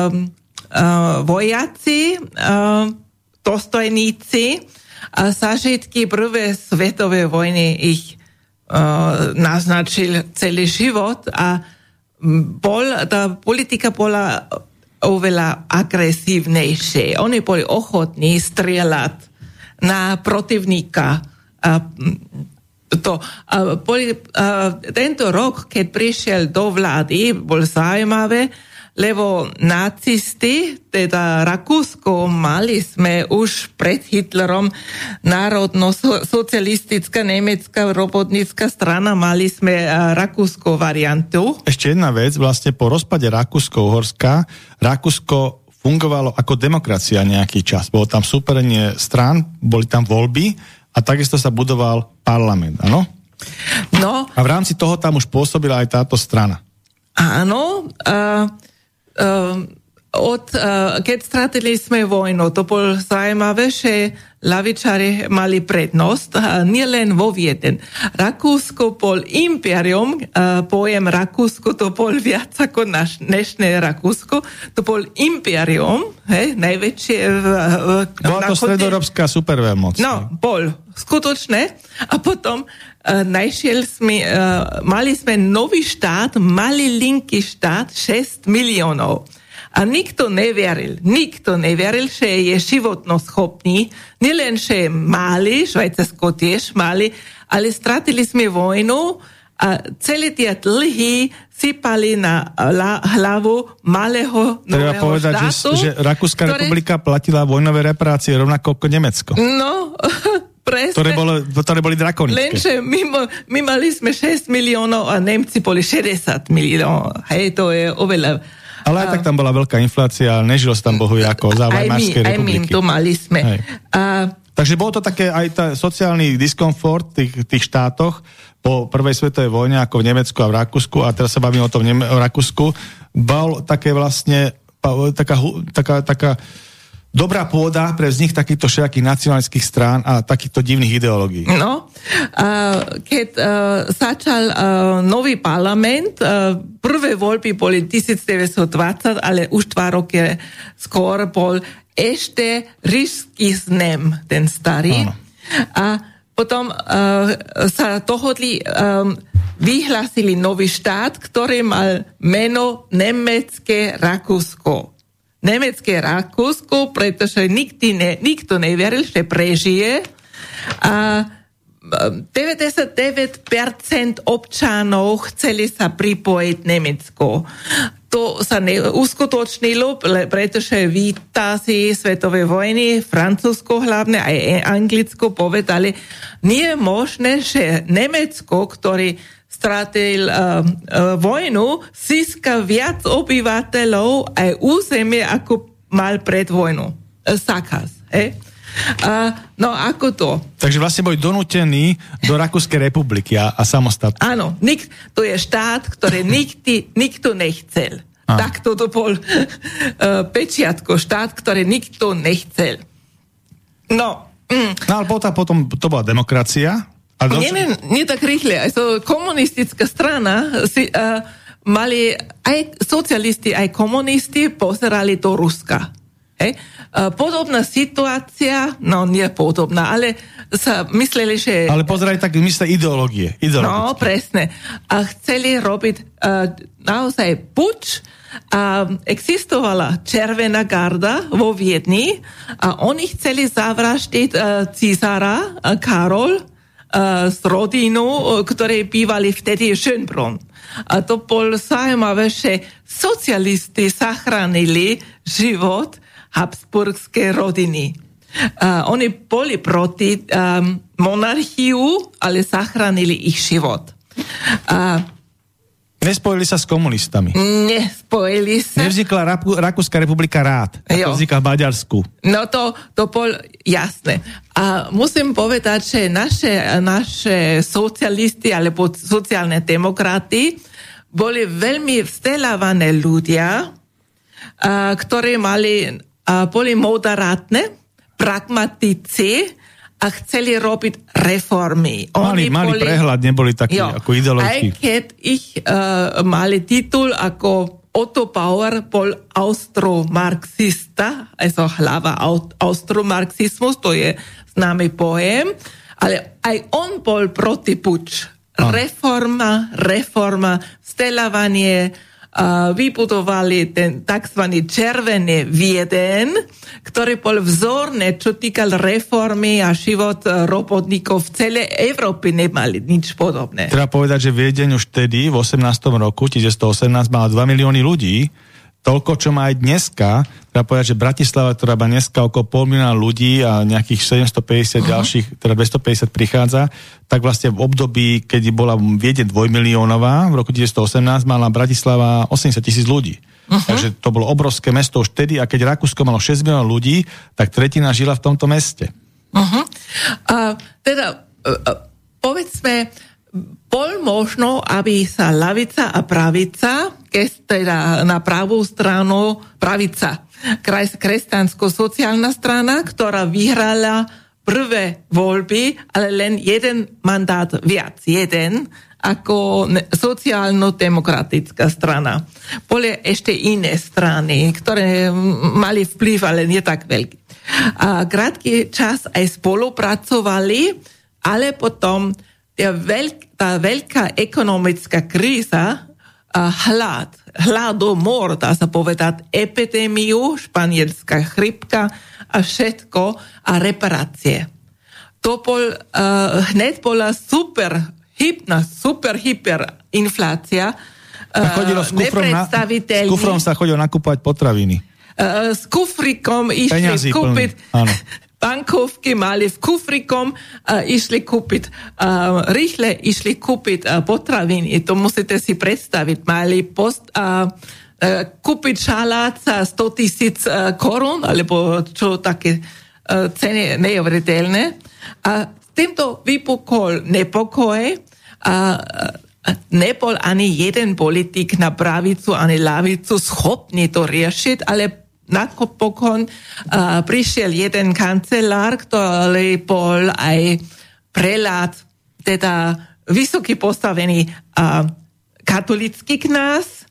vojaci, dostojníci, a zažitky prvej svetovej vojny ich naznačil celý život a tá politika bola oveľa agresívnejšia. Oni boli ochotní strieľať na protivníka. Tento rok, keď prišiel do vlády, bol zaujímavé, lebo nacisti, teda Rakúsko, mali sme už pred Hitlerom národno-socialistická nemecká robotnícka strana, mali sme rakúsku variantu. Ešte jedna vec, vlastne po rozpade Rakúsko-Uhorska, Rakúsko fungovalo ako demokracia nejaký čas. Bolo tam súperenie strán, boli tam voľby a takisto sa budoval parlament, áno? No. A v rámci toho tam už pôsobila aj táto strana. Áno, keď stratili sme vojnu, to bol zaujímavé, že ľavičári mali prednosť, nielen vo Vieden. Rakúsko bol impérium, pojem Rakúsko to bol viac ako dnešné Rakúsko, to bol impérium, najväčšie bola to stredoeurópska superveľmoc. No, bol skutočné. A potom mali sme nový štát, malinký štát, 6 miliónov. A nikto neveril, že je životno schopný, nielen, že mali, Švajcarsko tiež mali, ale stratili sme vojnu a celé tie dlhy sypali na hlavu malého nového štátu. Treba povedať, že Rakúska republika platila vojnové reparácie rovnako ako Nemecko. No, presne. Ktoré boli drakonické. Lenže my mali sme 6 miliónov a Nemci boli 60 miliónov. Hej, to je oveľa... Ale aj tak tam bola veľká inflácia, nežilo sa tam bohujako za Weimarskej republiky. Aj my to mali sme. Takže bolo to také aj tá sociálny diskomfort v tých štátoch po prvej svetovej vojne, ako v Nemecku a v Rakúsku, a teraz sa bavím o tom v Rakúsku, bol také vlastne taká dobrá pôda pre vznik takýchto všelijakých nacionalistických strán a takýchto divných ideológií. No, keď začal nový parlament, prvé voľby boli 1920, ale už 2 roky skôr bol ešte ríšský znem, ten starý. Áno. A potom sa dohodli, vyhlásili nový štát, ktorý mal meno Nemecké Rakúsko. Nemecké Rakúsko, pretože nikto neveril, že prežije. A 99% občanov chceli sa pripojiť Nemecko. To sa neuskutočnilo, pretože víťazi svetovej vojny, Francúzsko hlavne, aj Anglicko povedali, nie je možné, že Nemecko, ktorý stratil vojnu, získa viac obyvateľov aj územie, ako mal pred vojnou. Zákaz. No ako to? Takže vlastne boli donútení do Rakúskej republiky a samostatne. Áno, to je štát, ktorý nikto nechcel. Tak to bol pečiatko, štát, ktorý nikto nechcel. No ale potom to bola demokracia. Nie tak rýchle. Komunistická strana mali aj socialisti, aj komunisti pozerali do Ruska. Podobná situácia, no nie podobná, ale sa mysleli, že... Ale pozerali tak, myslíte, ideológie. No, presne. A chceli robiť naozaj puč. A existovala Červená garda vo Viedni a oni chceli zavraždiť císara Karol s rodinou, ktorí bývali vtedy v Schönbrunn. A to bol zaujímavé, že socialisti zachránili život habsburgskej rodiny. Oni boli proti monarchiu, ale zachránili ich život. Nespojili sa s komunistami. Nespojili sa. Nevznikla Rakúska republika rád. Ako vznikla v Maďarsku. No to bol jasné. A musím povedať, že naše socialisti alebo sociálne demokraty boli veľmi vzdelávané ľudia, ktorí boli moderátne, pragmatici a chceli robiť reformy. Mali prehľad, neboli takí ako ideologickí. Aj keď ich mali titul ako Otto Bauer bol austromarxista, also hlava austromarxismus, to je známy pojem, ale aj on bol proti puč. Reforma, vzdelávanie, vybudovali ten tzv. Červený Vieden, ktorý bol vzorný, čo týkal reformy a život robotníkov v celej Európe nemali nič podobné. Treba povedať, že Viedeň už vtedy, v 18. roku, 1918, mala 2 milióny ľudí, toľko, čo má aj dneska. Treba povedať, že Bratislava, ktorá má dneska okolo 500 000 ľudí a nejakých 750 ďalších, teda 250 prichádza, tak vlastne v období, keď bola Viedeň 2-miliónová, v roku 1918 mala Bratislava 80 000 ľudí. Takže to bolo obrovské mesto už vtedy a keď Rakúsko malo 6 miliónov ľudí, tak tretina žila v tomto meste. Povedzme, bol možno, aby sa ľavica a pravica, keď teda na pravú stranu pravica, kresťansko-sociálna strana, ktorá vyhrala prvé voľby, ale len jeden mandát viac, ako sociálno-demokratická strana. Boli ešte iné strany, ktoré mali vplyv, ale nie tak veľký. A krátky čas aj spolupracovali, ale potom tá veľká ekonomická kríza, hladomor, dá sa povedať, epidémiu, španielská chrypka a všetko a reparácie. To hneď bola super hyperinflácia. S kufrom sa chodilo nakúpovať potraviny. S kufrikom išli kúpiť... Bankovky mali v kufrikom, išli kúpiť, rýchle išli kúpiť potraviny. To musíte si predstaviť. Mali kúpiť šalát za 100 000 korún, alebo čo také ceny neuveriteľné. A týmto vypukol nepokoj a nebol ani jeden politik na pravicu, ani ľavicu schopný to riešiť, ale napokon prišiel jeden kancelár, ktorý bol aj prelát, teda vysoký postavený katolický kňaz,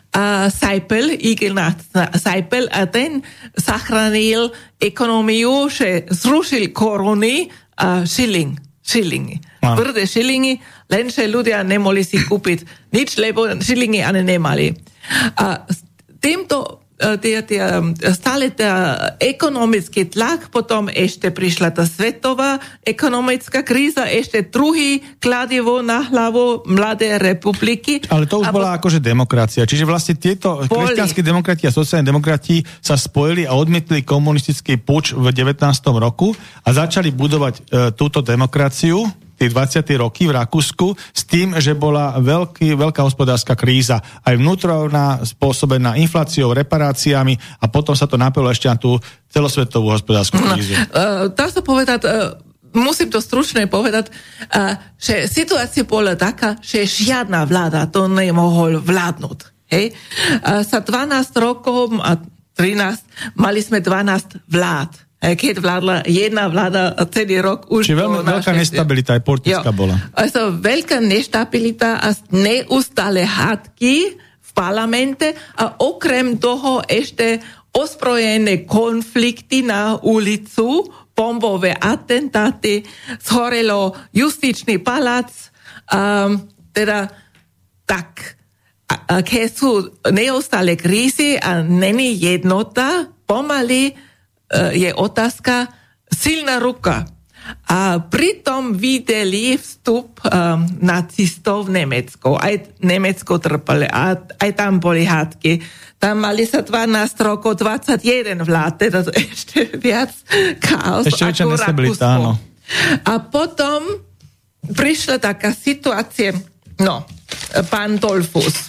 Seipel, a ten zachránil ekonómiu, že zrušil koruny a šilingy. Tvrdé šilingy, lenže ľudia nemohli si kúpiť nič, lebo šilingy ani nemali. A týmto stále ekonomický tlak, potom ešte prišla tá svetová ekonomická kríza, ešte druhý kladivo na hlavu mladé republiky. Ale to už bola akože demokracia. Čiže vlastne tieto kresťanské demokrati a sociálne demokrati sa spojili a odmietli komunistický puč v 19. roku a začali budovať túto demokraciu tie 20. roky v Rakúsku s tým, že bola veľká hospodárska kríza, aj vnútorná, spôsobená infláciou, reparáciami a potom sa to napelo ešte na tú celosvetovú hospodárskú krízu. Dá sa povedať, musím to stručne povedať, že situácia bola taká, že žiadna vláda to nemohol vládnuť. Hej? Sa 12 rokov a 13 mali sme 12 vlád. Keď vládla jedna vláda celý rok už... Čiže veľmi veľká nestabilita aj politická bola. Veľká nestabilita a neustále hádky v parlamente a okrem toho ešte ozbrojené konflikty na ulicu, bombové atentáty, zhorelo justičný palác, teda tak, keď sú neustále krízy a není jednota, pomaly je otázka silná ruka. A pritom videli vstup nacistov v Nemecku. Aj Nemecko trpeli, aj tam boli hádky. Tam mali sa 12 rokov, 21 vlád, teda ešte viac chaos ako Rakúsko. A potom prišla taká situácia, pán Dollfuss.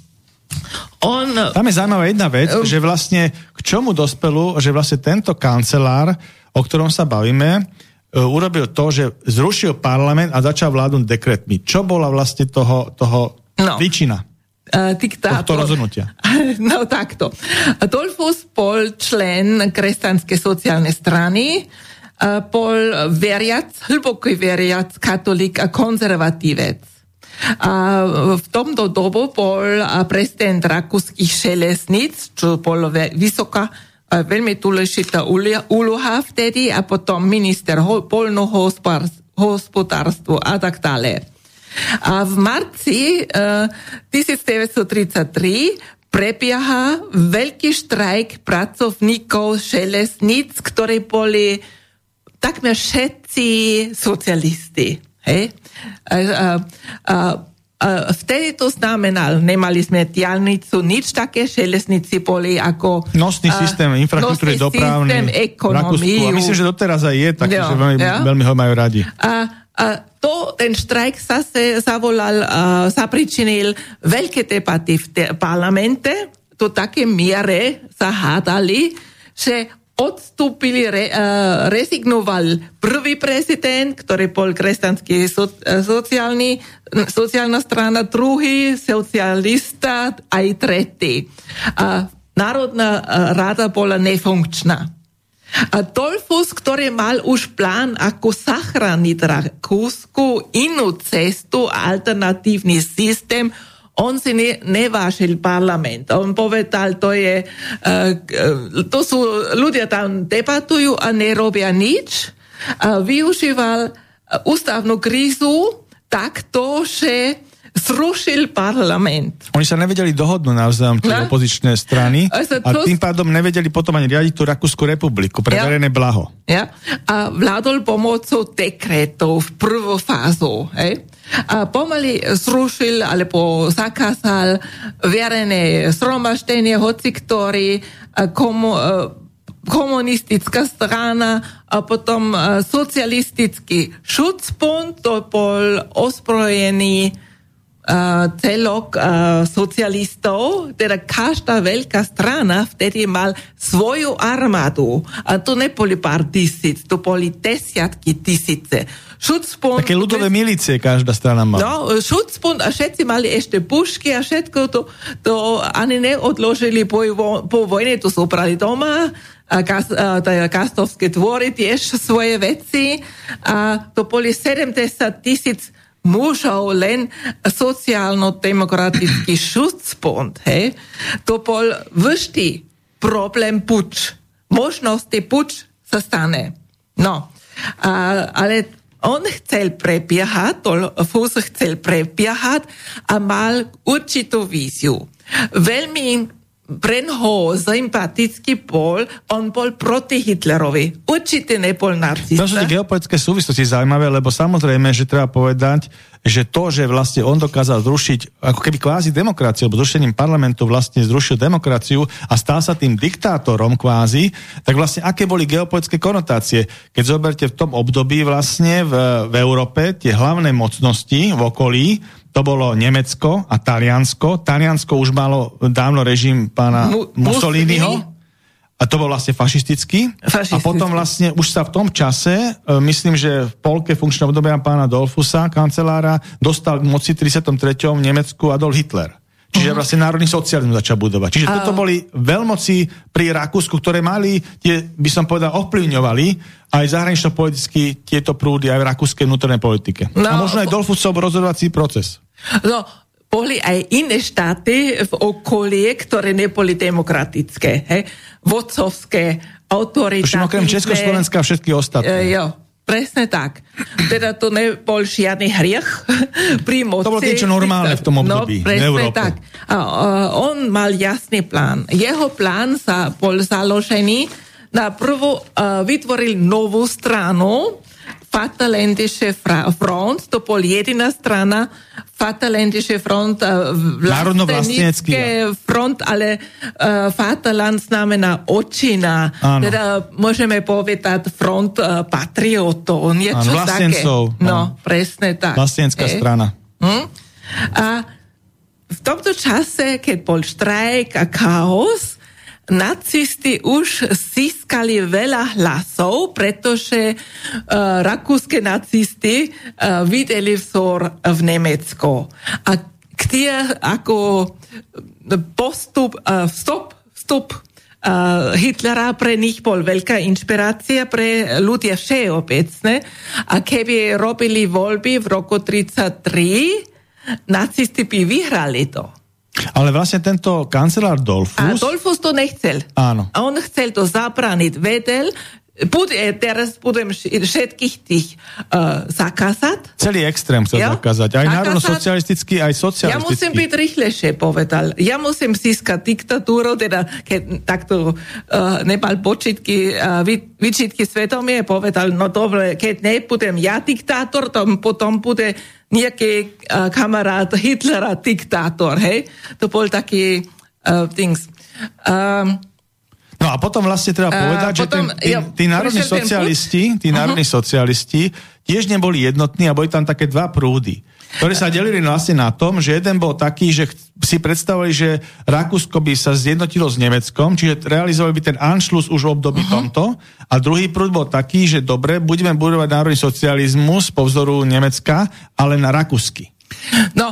Tam je zaujímavá jedna vec, že vlastne k čomu dospelu, že vlastne tento kancelár, o ktorom sa bavíme, urobil to, že zrušil parlament a začal vládnuť dekretmi. Čo bola vlastne toho príčina? Diktátor. Tohto rozhodnutia. No takto. Dollfuss bol člen Kresťanskej sociálnej strany, bol hlboký veriac, katolík a konzervatívec. A v tomto dobu bol prezident rakúskych železníc, čo bolo vysoká, veľmi dôležitá úloha vtedy, a potom minister poľnohospodárstva a tak ďalej. A v marci 1933 prebieha veľký štrajk pracovníkov železníc, ktorí boli takmer všetci socialisti. Hej? Vtedy to znamenalo, nemali sme diaľnicu, nič také, železnici boli ako nosný systém infraštruktúry dopravnej v Rakúsku. A myslím, že doteraz aj je taký, že veľmi ho majú radi. Ten štrajk zapričinil veľké debaty v parlamente, do také miere sa hádali, že odstúpili, rezignoval prvý prezident, ktorý bol kresťanský sociálna strana, druhý socialista, aj tretí. Národná rada bola nefunkčná. A Dollfuss, ktorý mal už plán, ako zachrániť Rakúsku, inú cestu, alternatívny systém, on si nevážil parlament. On povedal, to sú, ľudia tam debatujú a nerobia nič. A využíval ústavnú krízu takto, že zrušil parlament. Oni sa nevedeli dohodnúť navzájom tie opozičné strany a tým pádom nevedeli potom ani riadiť tú Rakúsku republiku pre verejné blaho. Ja. A vládol pomocou dekretov v prvú fázu. A pomaly zrušil alebo zakázal verejné zhromaždenie, hoci ktorý komunistická strana a potom socialistický Schutzbund, to bol ozbrojený celok socialistov, teda každá veľká strana vtedy mal svoju armádu. A to neboli pár tisíc, to boli desiatky tisíce. Také ľudové milície každá strana mala. No, Schutzbund a všetci mali ešte pušky a všetko to ani neodložili po vojne, to zobrali doma. Kastovské dvory tiež svoje veci. A to boli 70 000 mužov, len sociálno-demokratický Schutzbund. To bol vždy problém puč. Možnosti puč sa stane. No, ale On chcel prebiehať, Dollfuss chcel prebiehať a mal určitú víziu. Veľmi preňho sympatický bol, on bol proti Hitlerovi. Určite nebol nacista. To sú tie geopolitické súvislosti zaujímavé, lebo samozrejme, že treba povedať, že to, že vlastne on dokázal zrušiť, ako keby kvázi demokraciu, alebo zrušením parlamentu vlastne zrušil demokraciu a stal sa tým diktátorom kvázi, tak vlastne aké boli geopolitické konotácie? Keď zoberte v tom období vlastne v Európe tie hlavné mocnosti v okolí, to bolo Nemecko a Taliansko. Taliansko už malo dávno režim pána Mussoliniho a to bol vlastne fašistický. A potom vlastne už sa v tom čase, myslím, že v polke funkčného obdobia pána Dollfussa, kancelára, dostal k moci v 33. v Nemecku Adolf Hitler. Čiže vlastne národný socializmus začal budovať. Čiže toto boli veľmoci pri Rakúsku, ktoré mali, by som povedal, ovplyvňovali aj zahranično-politicky tieto prúdy aj v rakúskej vnútornej politike. No, a možno aj Dollfussov rozhodovací proces. No, boli aj iné štáty v okolí, ktoré neboli demokratické. Hej? Vodcovské, autoritatívne. Okrem Československa a všetky ostatné. Jo, presne tak. Teda to nebol žiadny hriech pri moci. To bolo niečo normálne v tom období. No, presne tak. On mal jasný plán. Jeho plán bol založený na prvo vytvoril novú stranu, Vaterländische Front, to bol jediná strana, Vaterländische Front, vlastenecké front, ale Vaterland znamená očina. Teda môžeme povedať front patriotov, niečo také. No, presne tak. Vlastenecká strana. A v tomto čase, keď bol štrajk a chaos, nacisti už získali veľa hlasov, pretože rakúske nacisti videli vzor v Nemecku. A ako vstup Hitlera pre nich bol veľká inšpirácia pre ľudia všeobecne. A keby robili voľby v roku 1933, nacisti by vyhrali to. Ale vlastne tento kancelár Dollfuss... A Dollfuss to nechcel. Áno. A on chcel to zabrániť. Vedel, teraz budem všetkých tých zakázať. Celý extrém chcel zakázať. Aj národno-socialistický, aj socialistický. Ja musím byť rýchlejšie, povedal. Ja musím získať diktatúru, teda keď takto nebal výčitky svedomie, povedal, no dobre, keď nebudem ja diktátor, potom bude nejaký kamarát Hitlera diktátor, hej? To bol taký things. No a potom vlastne treba povedať, že tí národní socialisti tiež neboli jednotní a boli tam také dva prúdy, ktoré sa delili vlastne na tom, že jeden bol taký, že si predstavovali, že Rakúsko by sa zjednotilo s Nemeckom, čiže realizovali by ten Anschluss už v období tomto, a druhý prúd bol taký, že dobre, budeme budovať národný socializmus po vzoru Nemecka, ale na rakúsky. No,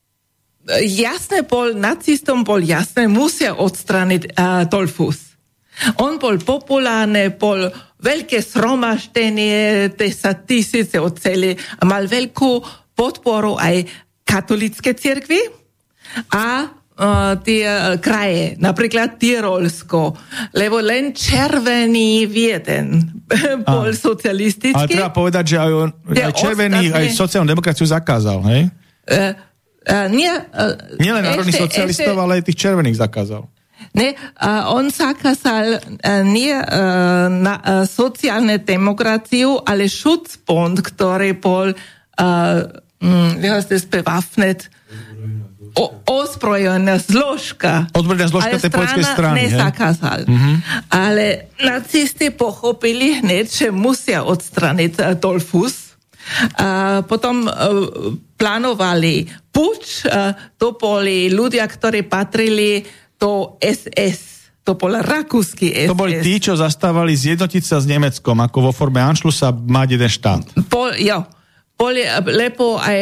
nacistom bol jasné, musia odstrániť Dollfuss. On bol populárny, bol veľké zhromaždenie, 10 000 oceli, mal veľkú podporu aj katolícke cirkvi a tie kraje, napríklad Tyrolsko, lebo len červený Vieden bol socialistický. Ale treba povedať, že aj červený, aj sociálnu demokraciu zakázal, hej? Nie len národných socialistov, ale aj tých červených zakázal. Ne, on zakázal nie sociálnu demokraciu, ale Schutzbund, ktorý bol wie heißt das, bewaffnet, ozbrojená zložka. Odbrojená zložka tej poľskej strany. Nezakázal. Ale nacisti pochopili hneď, že musia odstraniť Dollfuss. Potom plánovali puč, to boli ľudia, ktorí patrili do SS. To bol rakúsky SS. To boli tí, čo zastávali zjednotiť sa s Nemeckom, ako vo forme Anschlussa mať jeden štát. Boli lepo aj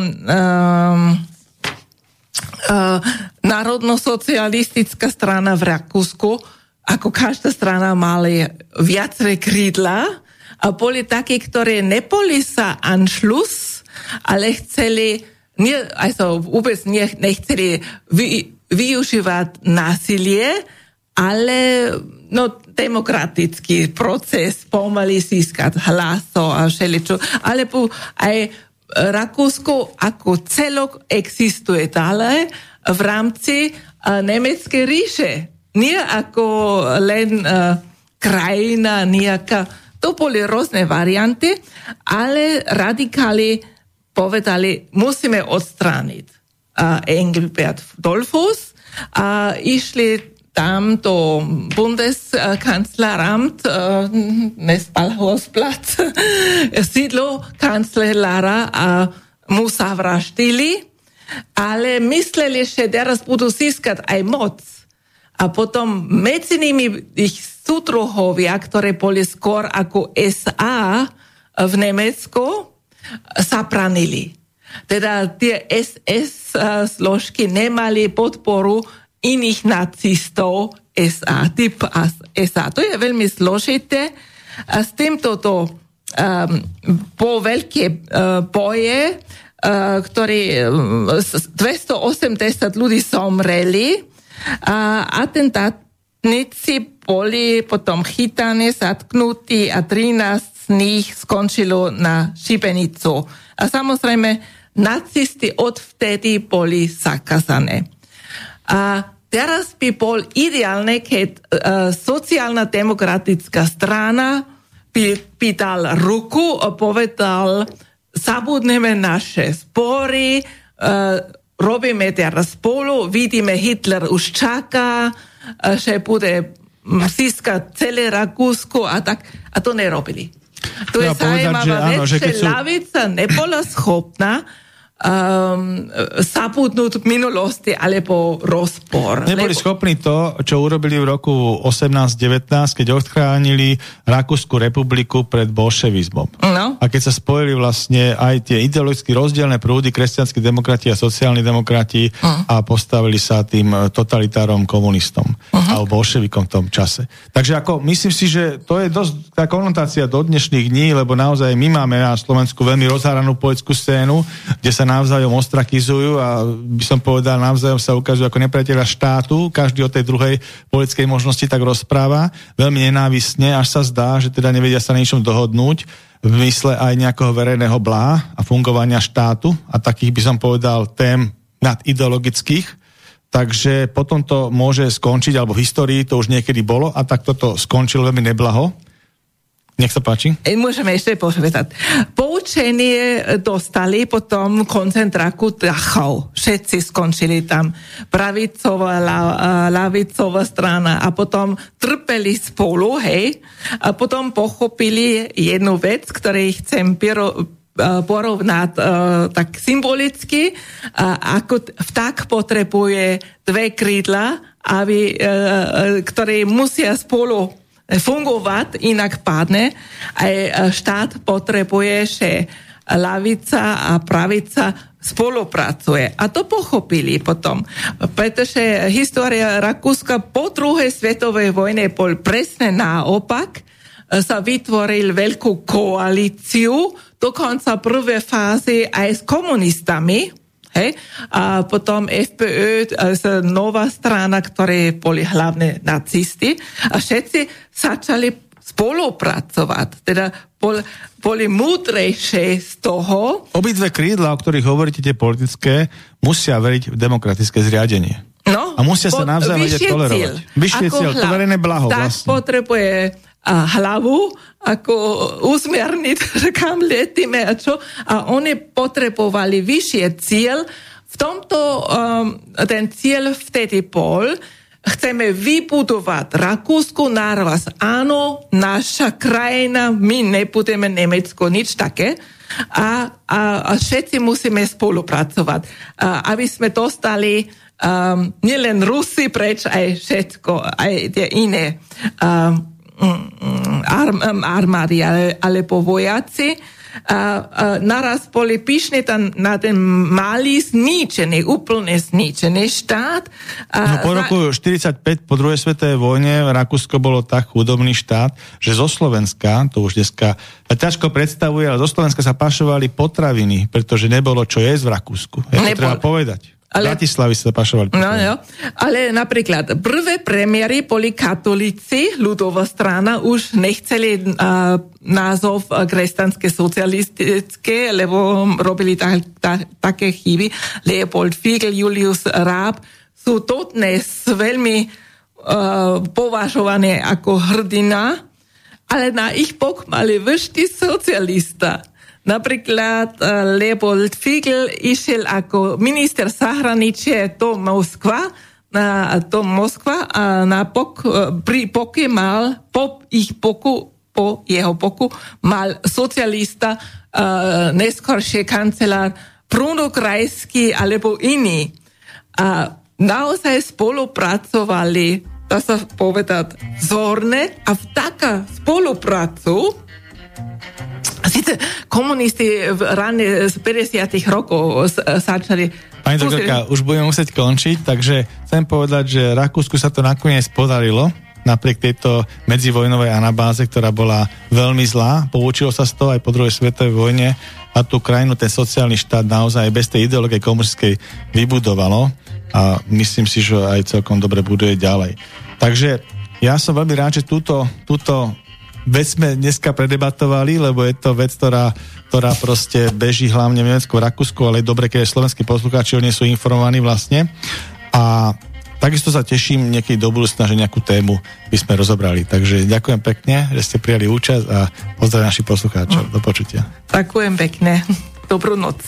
národno-socialistická strana v Rakúsku, ako každá strana mali viaceré krídla a boli takí, ktorí neboli sa Anschluss, ale chceli, vôbec nechceli využívať násilie, ale demokratický proces pomaly získať hlasov a všeličo, alebo aj Rakúsko ako celok existuje dále v rámci Nemeckej ríše. Nie ako len krajina nejaká. To boli rôzne varianty, ale radikáli povedali, musíme odstrániť Engelbert Dollfuss a išli tam do Bundeskanzleramt, Nespalhausplatz, sídlo kancelára a mu zavraždili, ale mysleli, že teraz budú získať aj moc. A potom medzi nimi ich súdruhovia, ktoré boli skôr ako SA v Nemecku, zapranili. Teda tie SS zložky nemali podporu iných nacistov SA, typ SA. To je veľmi zložité. A s týmto po veľké boje, ktorí 280 ľudí zomreli, a atentátnici boli potom chytaní, zatknutí a 13 z nich skončilo na šibenicu. A samozrejme, nacisti odvtedy boli zakázané. A teraz by bol ideálne, keď sociálna demokratická strana by dal ruku a povedal, zabudneme naše spory, robíme teraz spolu, vidíme, Hitler už čaká, že bude získať celé Rakúsko a tak. A to nerobili. To je zaujímavá vec, že ľavica nebola schopná zabudnúť v minulosti alebo rozpor. Neboli schopní to, čo urobili v roku 18-19, keď odchránili Rakúsku republiku pred bolševizmom. No. A keď sa spojili vlastne aj tie ideologicky rozdielne prúdy, kresťanskí demokrati a sociálni demokrati a postavili sa tým totalitárom komunistom alebo bolševikom v tom čase. Takže ako myslím si, že to je dosť tá konotácia do dnešných dní, lebo naozaj my máme na Slovensku veľmi rozháranú politickú scénu, kde sa navzájom ostrakizujú a by som povedal, navzájom sa ukazujú ako nepriatelia štátu, každý o tej druhej politickej možnosti tak rozpráva, veľmi nenávistne, až sa zdá, že teda nevedia sa na ničom dohodnúť v mysle aj nejakého verejného blá a fungovania štátu a takých by som povedal tém nadideologických, takže potom to môže skončiť, alebo v histórii to už niekedy bolo a tak toto skončilo veľmi neblaho. Nech sa páči. Môžeme ešte povedať. Poučenie dostali potom koncentráku Dachau. Všetci skončili tam. Pravicová, ľavicová strana a potom trpeli spolu, hej. A potom pochopili jednu vec, ktorej chcem porovnať tak symbolicky, ako vták potrebuje dve krídla, ktoré musia spolu fungovať, inak padne. Aj štát potrebuje, že ľavica a pravica spolupracuje. A to pochopili potom. Pretože história Rakúska po druhej svetovej vojne bol presne naopak. Sa vytvoril veľkú koalíciu, dokonca prvé fázy aj s komunistami. Hej? A potom FPÖ, nová strana, ktoré boli hlavne nacisti. A všetci začali spolupracovať. Teda boli múdrejšie z toho. Obidve krídla, o ktorých hovoríte, tie politické, musia veriť v demokratické zriadenie. No, a musia sa navzájom vedieť tolerovať. Vyššie cieľ, to verejné blaho vlastne. Potrebuje hlavu, ako usmerniť, kam letíme a čo. A oni potrebovali vyššie cieľ. V tomto ten cieľ vtedy bol, chceme vybudovať Rakúsku naraz. Áno, naša krajina, my nebudeme Nemecko, nič také. A všetci musíme spolupracovať. Aby sme dostali nielen Rusi preč, aj všetko, aj tie iné armády alebo vojaci. Naraz boli pyšní na ten malý zničený, úplne zničený štát. Po roku 1945, po druhej svetovej vojne, Rakúsko bolo tak chudobný štát, že zo Slovenska, to už dneska ťažko predstavuje, ale zo Slovenska sa pašovali potraviny, pretože nebolo čo jesť v Rakúsku. Je to treba povedať. Bratislavy sa pašovali. No. Ale napríklad prvé premiéry boli katolíci, ľudová strana, už nechceli názov kresťanské socialistické, lebo robili také chyby. Leopold Figl, Julius Raab sú dodnes veľmi považované ako hrdina, ale na ich bok mali vždy socialista. Napríklad Leopold Figl išiel ako minister zahraničia do Moskva a pri boku mal, po jeho boku mal socialista, neskoršie kancelár Bruno Kreisky alebo iný. A naozaj spolupracovali, dá sa povedať, vzorne a v taká spoluprácu síce komunisti v rane z 50. rokov začali... Pani doktorka, už budeme musieť končiť, takže chcem povedať, že Rakúsku sa to nakoniec podarilo, napriek tejto medzivojnovej anabáze, ktorá bola veľmi zlá. Poučilo sa z toho aj po druhej svetovej vojne a tú krajinu, ten sociálny štát naozaj bez tej ideológie komunistickej vybudovalo a myslím si, že aj celkom dobre buduje ďalej. Takže ja som veľmi rád, že túto vec sme dneska predebatovali, lebo je to vec, ktorá proste beží hlavne v Nemecku, v Rakúsku, ale je dobre, keď slovenskí poslucháči nie sú informovaní vlastne. A takisto sa teším niekedy do budúcna, že nejakú tému by sme rozobrali. Takže ďakujem pekne, že ste prijali účasť a pozdravím našich poslucháčov. Do počutia. Ďakujem pekne. Dobrú noc.